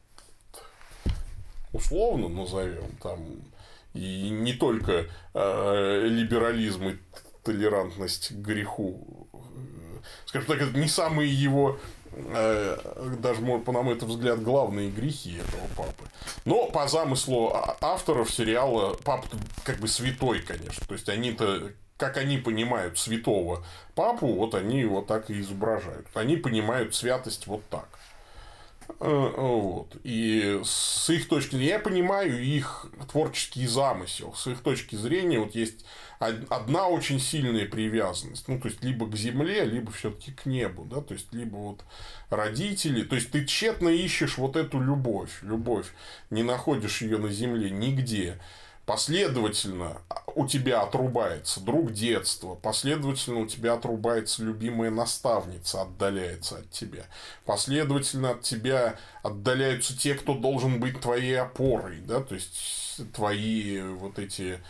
условно назовем, там и не только э, либерализм и толерантность к греху, скажем так, это не самые его, э, даже, по на мой взгляд, главные грехи этого папы. Но по замыслу авторов сериала папа как бы святой, конечно. То есть они-то, как они понимают святого папу, вот они его так и изображают. Они понимают святость вот так. Вот. И с их точки зрения, я понимаю их творческий замысел. С их точки зрения, вот есть одна очень сильная привязанность. Ну, то есть, либо к земле, либо все-таки к небу. Да? То есть, либо вот родители. То есть, ты тщетно ищешь вот эту любовь. Любовь. Не находишь ее на земле нигде. Последовательно у тебя отрубается друг детства, последовательно у тебя отрубается любимая наставница, отдаляется от тебя. Последовательно от тебя отдаляются те, кто должен быть твоей опорой, да, то есть твои вот эти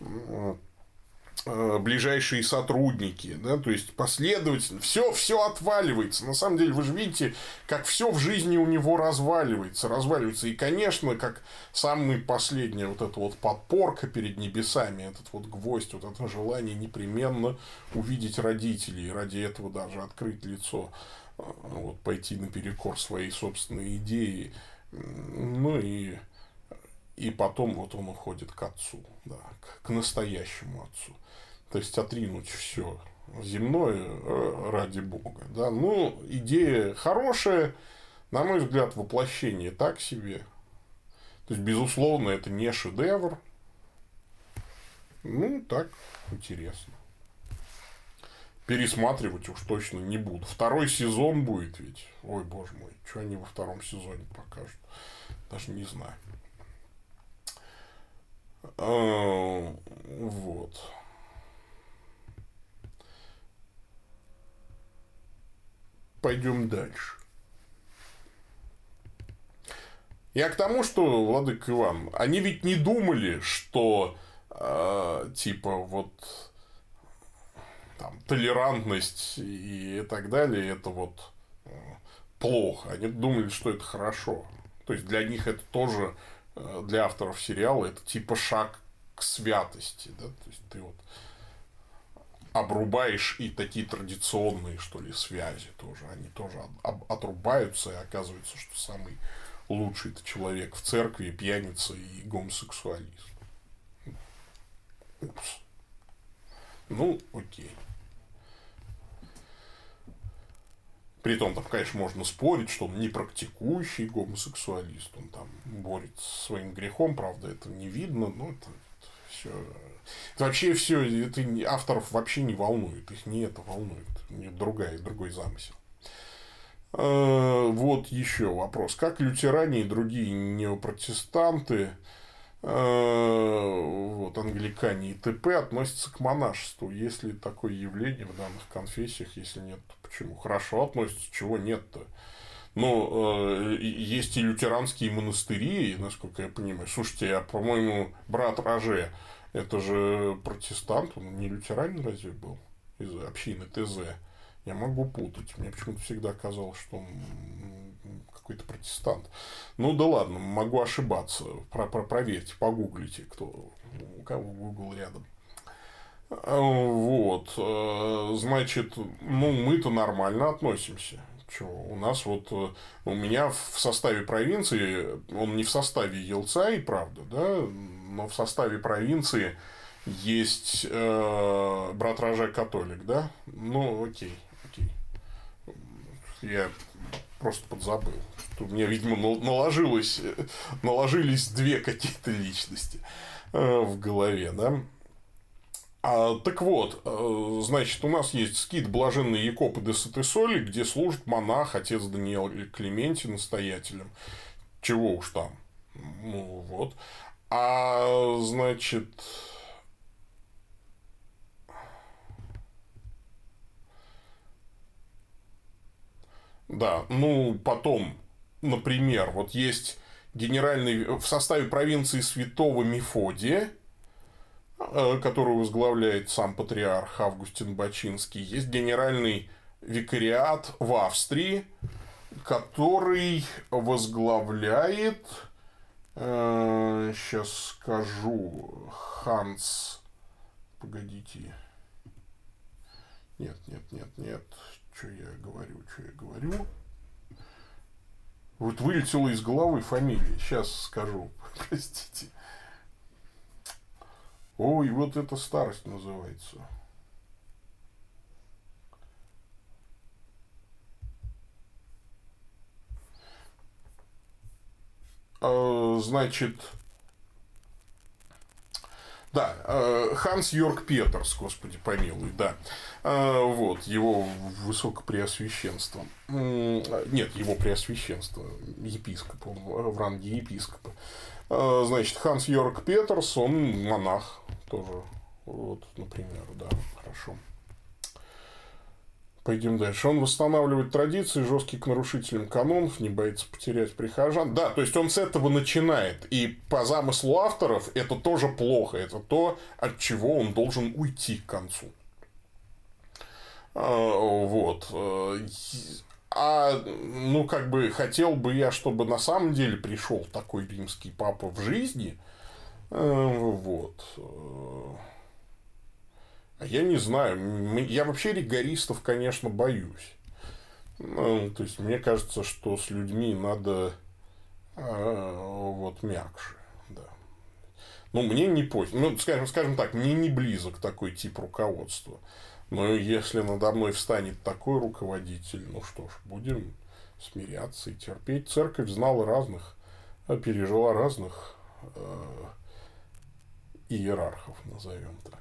ближайшие сотрудники, да, то есть последовательно все, все отваливается. На самом деле, вы же видите, как все в жизни у него разваливается, разваливается. И, конечно, как самый последний вот эта вот подпорка перед небесами, этот вот гвоздь, вот это желание непременно увидеть родителей, ради этого даже открыть лицо, вот, пойти наперекор своей собственной идеи, ну и И потом вот он уходит к отцу, да, к, к настоящему отцу. То есть отринуть все земное ради Бога. Да. Ну, идея хорошая, на мой взгляд, воплощение так себе. То есть, безусловно, это не шедевр. Ну, так, интересно. Пересматривать уж точно не буду. Второй сезон будет ведь. Ой, боже мой, что они во втором сезоне покажут. Даже не знаю. Вот. Пойдем дальше. Я к тому, что, владыка Иван, они ведь не думали, что э, типа вот там толерантность и так далее это вот э, плохо. Они думали, что это хорошо. То есть для них это тоже, для авторов сериала, это типа шаг к святости, да, то есть ты вот обрубаешь и такие традиционные, что ли, связи тоже, они тоже отрубаются, и оказывается, что самый лучший это человек в церкви, пьяница и гомосексуалист. Упс. Ну, окей. Притом, там, конечно, можно спорить, что он не практикующий гомосексуалист, он там борется со своим грехом, правда, это не видно, но это, это все. Это вообще все, это авторов вообще не волнует, их не это волнует, не другая, другой замысел. Вот еще вопрос. Как лютеране и другие неопротестанты, вот, англикане и т.п. относятся к монашеству? Есть ли такое явление в данных конфессиях? Если нет, то почему? Хорошо относятся, чего нет-то? Но э, есть и лютеранские монастыри, насколько я понимаю. Слушайте, а, по-моему, брат Роже, это же протестант, он не лютеранин разве был? Из общины ТЗ. Я могу путать. Мне почему-то всегда казалось, что он какой-то протестант. Ну да ладно, могу ошибаться. Про -про Проверьте, погуглите, кто, у кого Google рядом. Вот. Значит, ну мы-то нормально относимся. Чего? У нас вот, у меня в составе провинции, он не в составе Ельца, и правда, да, но в составе провинции есть э, брат Роже католик, да? Ну, окей, окей. Я просто подзабыл. У меня, видимо, наложилось, наложились две какие-то личности э, в голове, да? А, так вот, э, значит, у нас есть скит блаженный Якоб де Сатесоли, где служит монах, отец Даниил Клементий, настоятелем. Чего уж там. Ну, вот. А, значит... Да, ну, потом, например, вот есть генеральный в составе провинции святого Мефодия, который возглавляет сам патриарх Августин Бачинский, есть генеральный викариат в Австрии, который возглавляет, э, сейчас скажу, Ханс, погодите, нет, нет, нет, нет, что я говорю, что я говорю, вот вылетела из головы фамилия, сейчас скажу, простите. Ой, вот это старость называется. Значит, да, Ханс Йорк Петерс, господи помилуй, да. Вот, его высокопреосвященство. Нет, его преосвященство, епископа, в ранге епископа. Значит, Ханс Йорк Петерс, он монах тоже. Вот, например, да, хорошо. Пойдем дальше. Он восстанавливает традиции, жесткий к нарушителям канонов, не боится потерять прихожан. Да, то есть он с этого начинает. И по замыслу авторов это тоже плохо. Это то, от чего он должен уйти к концу. Вот. А, ну, как бы, хотел бы я, чтобы на самом деле пришел такой римский папа в жизни. Вот. Я не знаю. Я вообще ригористов, конечно, боюсь. Ну, то есть, мне кажется, что с людьми надо вот мягче. Да. Ну, мне не пофиг. Ну, скажем, скажем так, мне не близок такой тип руководства. Но если надо мной встанет такой руководитель, ну что ж, будем смиряться и терпеть. Церковь знала разных, пережила разных э, иерархов, назовем так.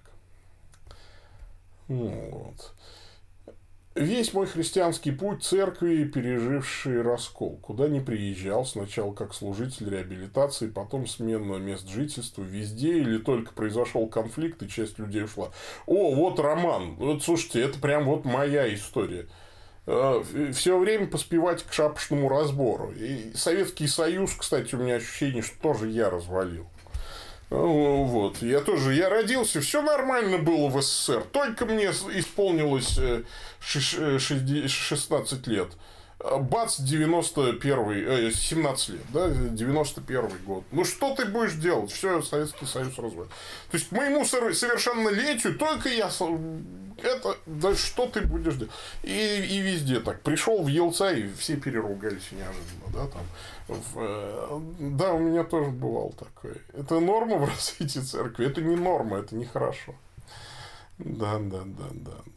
Вот. Весь мой христианский путь церкви, переживший раскол. Куда ни приезжал, сначала как служитель реабилитации, потом смена мест жительства, везде или только произошел конфликт, и часть людей ушла. О, вот роман. Вот, слушайте, это прям вот моя история. Все время поспевать к шапошному разбору. И Советский Союз, кстати, у меня ощущение, что тоже я развалил. Вот. Я тоже, я родился, все нормально было в СССР, только мне исполнилось шестнадцать лет. Бац, девяносто первый, семнадцать лет, да, девяносто первый год. Ну, что ты будешь делать? Все, Советский Союз развалил. То есть, к моему совершеннолетию только я... Это, да что ты будешь делать? И, и везде так. Пришел в Ельца, и все переругались неожиданно, да, там. В, да, у меня тоже бывало такое. Это норма в развитии церкви? Это не норма, это нехорошо. Да, да, да, да, да.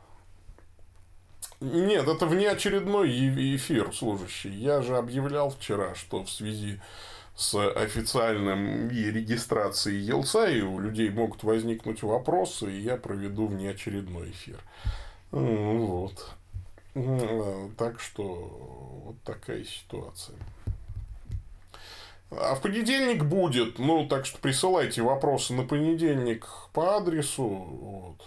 Нет, это внеочередной эфир, служащий. Я же объявлял вчера, что в связи с официальным регистрацией Ельца и у людей могут возникнуть вопросы, и я проведу внеочередной эфир. Вот. Так что вот такая ситуация. А в понедельник будет, ну, так что присылайте вопросы на понедельник по адресу. Вот.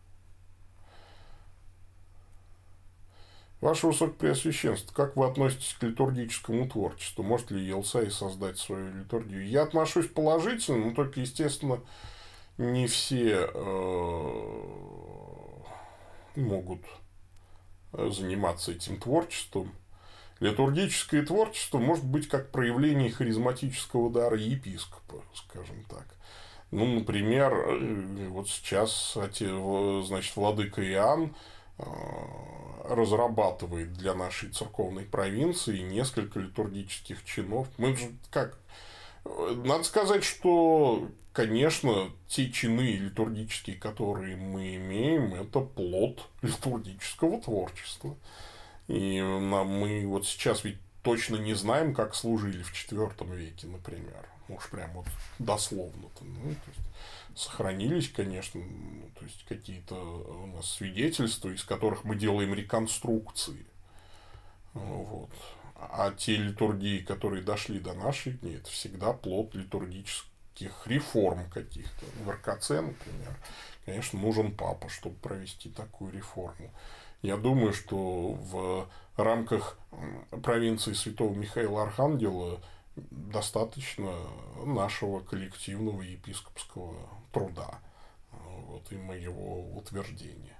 Ваше Высокопреосвященство, как вы относитесь к литургическому творчеству? Может ли Ельцай создать свою литургию? Я отношусь положительно, но только, естественно, не все э, могут заниматься этим творчеством. Литургическое творчество может быть как проявление харизматического дара епископа, скажем так. Ну, например, вот сейчас, значит, владыка Иоанн разрабатывает для нашей церковной провинции несколько литургических чинов. Мы же как... Надо сказать, что, конечно, те чины литургические, которые мы имеем, это плод литургического творчества. И мы вот сейчас ведь точно не знаем, как служили в четвёртом веке, например. Уж прям вот дословно-то. Ну, то есть, сохранились, конечно, ну, то есть, какие-то у нас свидетельства, из которых мы делаем реконструкции. Вот. А те литургии, которые дошли до наших дней, это всегда плод литургических реформ каких-то. В эр ка це, например, конечно, нужен папа, чтобы провести такую реформу. Я думаю, что в рамках провинции Святого Михаила Архангела достаточно нашего коллективного епископского труда, вот, и моего утверждения.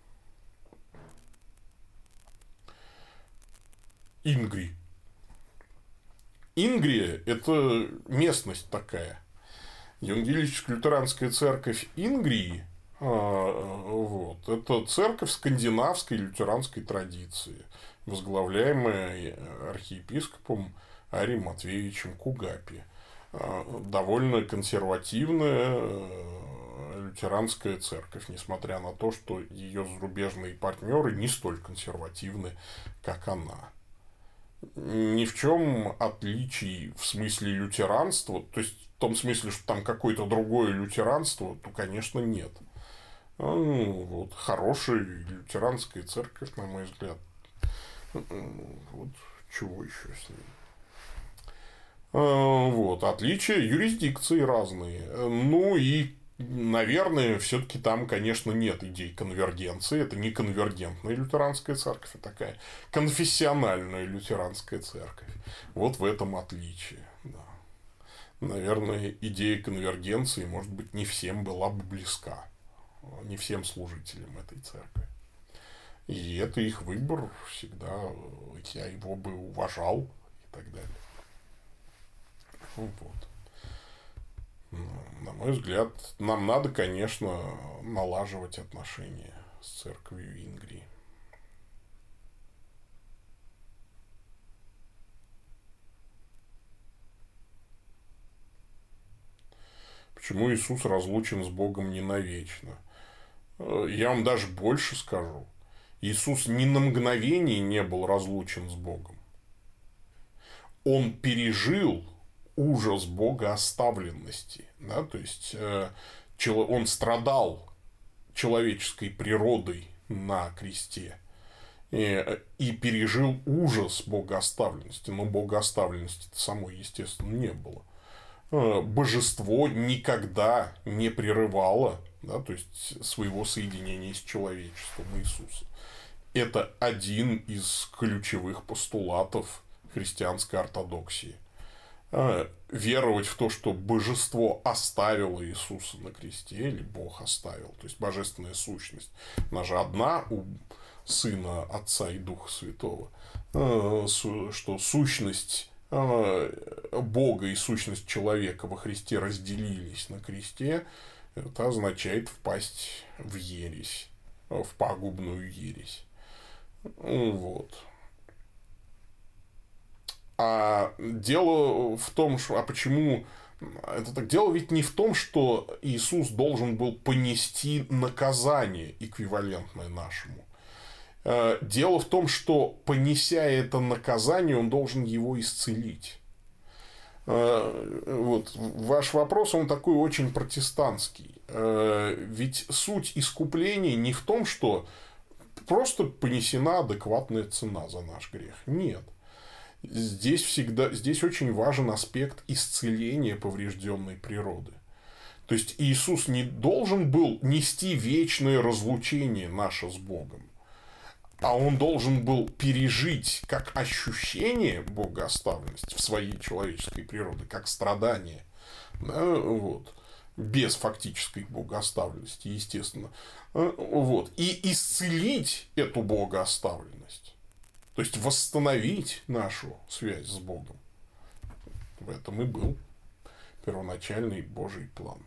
Ингри. Ингрия – это местность такая. Евангелическая лютеранская церковь Ингрии – вот, это церковь скандинавской лютеранской традиции, возглавляемая архиепископом Арием Матвеевичем Кугапи. Довольно консервативная лютеранская церковь, несмотря на то, что ее зарубежные партнеры не столь консервативны, как она. Ни в чем отличий в смысле лютеранства, то есть в том смысле, что там какое-то другое лютеранство, то, конечно, нет. Ну, вот, хорошая лютеранская церковь, на мой взгляд. Вот чего еще с ней. Вот, отличия юрисдикции разные. Ну и, наверное, все-таки там, конечно, нет идей конвергенции. Это не конвергентная лютеранская церковь, а такая конфессиональная лютеранская церковь. Вот в этом отличие. Да. Наверное, идея конвергенции, может быть, не всем была бы близка. Не всем служителям этой церкви. И это их выбор. Всегда я его бы уважал и так далее. Вот. На мой взгляд, нам надо, конечно, налаживать отношения с церковью Ингрии. Почему Иисус разлучен с Богом не навечно? Я вам даже больше скажу. Иисус ни на мгновение не был разлучен с Богом. Он пережил ужас богооставленности. Да? То есть, э, он страдал человеческой природой на кресте. И, и пережил ужас богооставленности. Но богооставленности самой, естественно, не было. Э, божество никогда не прерывало, да, то есть, своего соединения с человечеством Иисуса. Это один из ключевых постулатов христианской ортодоксии. Веровать в то, что божество оставило Иисуса на кресте, или Бог оставил, то есть божественная сущность. Она же одна у Сына, Отца и Духа Святого, что сущность Бога и сущность человека во Христе разделились на кресте, это означает впасть в ересь, в пагубную ересь. Вот. А дело в том, что... А почему... Это так, дело ведь не в том, что Иисус должен был понести наказание, эквивалентное нашему. Дело в том, что, понеся это наказание, он должен его исцелить. Вот. Ваш вопрос, он такой очень протестантский. Ведь суть искупления не в том, что просто понесена адекватная цена за наш грех. Нет. Здесь всегда, здесь очень важен аспект исцеления поврежденной природы. То есть Иисус не должен был нести вечное разлучение наше с Богом, а он должен был пережить как ощущение богооставленности в своей человеческой природе, как страдание, да, вот, без фактической богооставленности, естественно, вот, и исцелить эту богооставленность. То есть восстановить нашу связь с Богом. В этом и был первоначальный Божий план.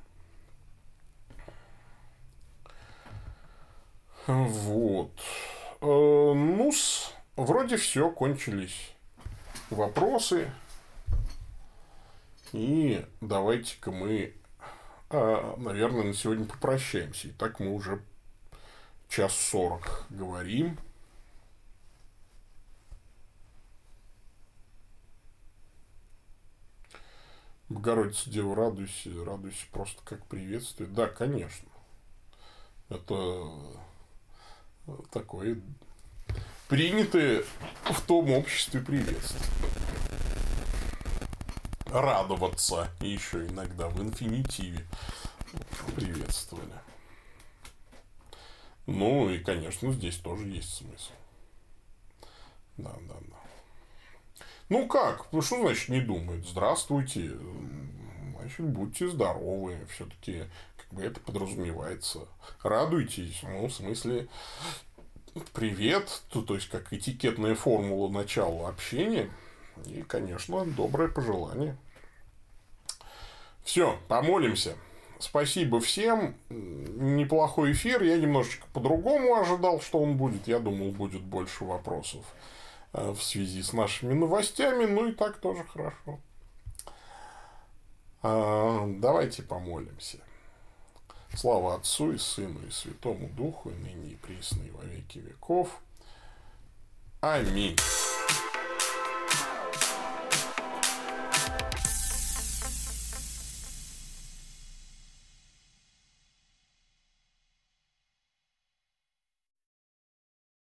Вот. Ну-с, вроде все, кончились вопросы. И давайте-ка мы, наверное, на сегодня попрощаемся. Итак, мы уже час сорок говорим. Богородица, Дева, радуйся, радуйся просто как приветствие. Да, конечно. Это такое принятое в том обществе приветствие. Радоваться еще иногда в инфинитиве приветствовали. Ну и, конечно, здесь тоже есть смысл. Да, да, да. Ну как? Ну что значит не думают? Здравствуйте. Значит, будьте здоровы. Все-таки как бы это подразумевается. Радуйтесь. Ну, в смысле, привет. То, то есть, как этикетная формула начала общения. И, конечно, доброе пожелание. Все, помолимся. Спасибо всем. Неплохой эфир. Я немножечко по-другому ожидал, что он будет. Я думал, будет больше вопросов в связи с нашими новостями, ну и так тоже хорошо. Давайте помолимся. Слава Отцу и Сыну и Святому Духу, и ныне и присно и во веки веков. Аминь.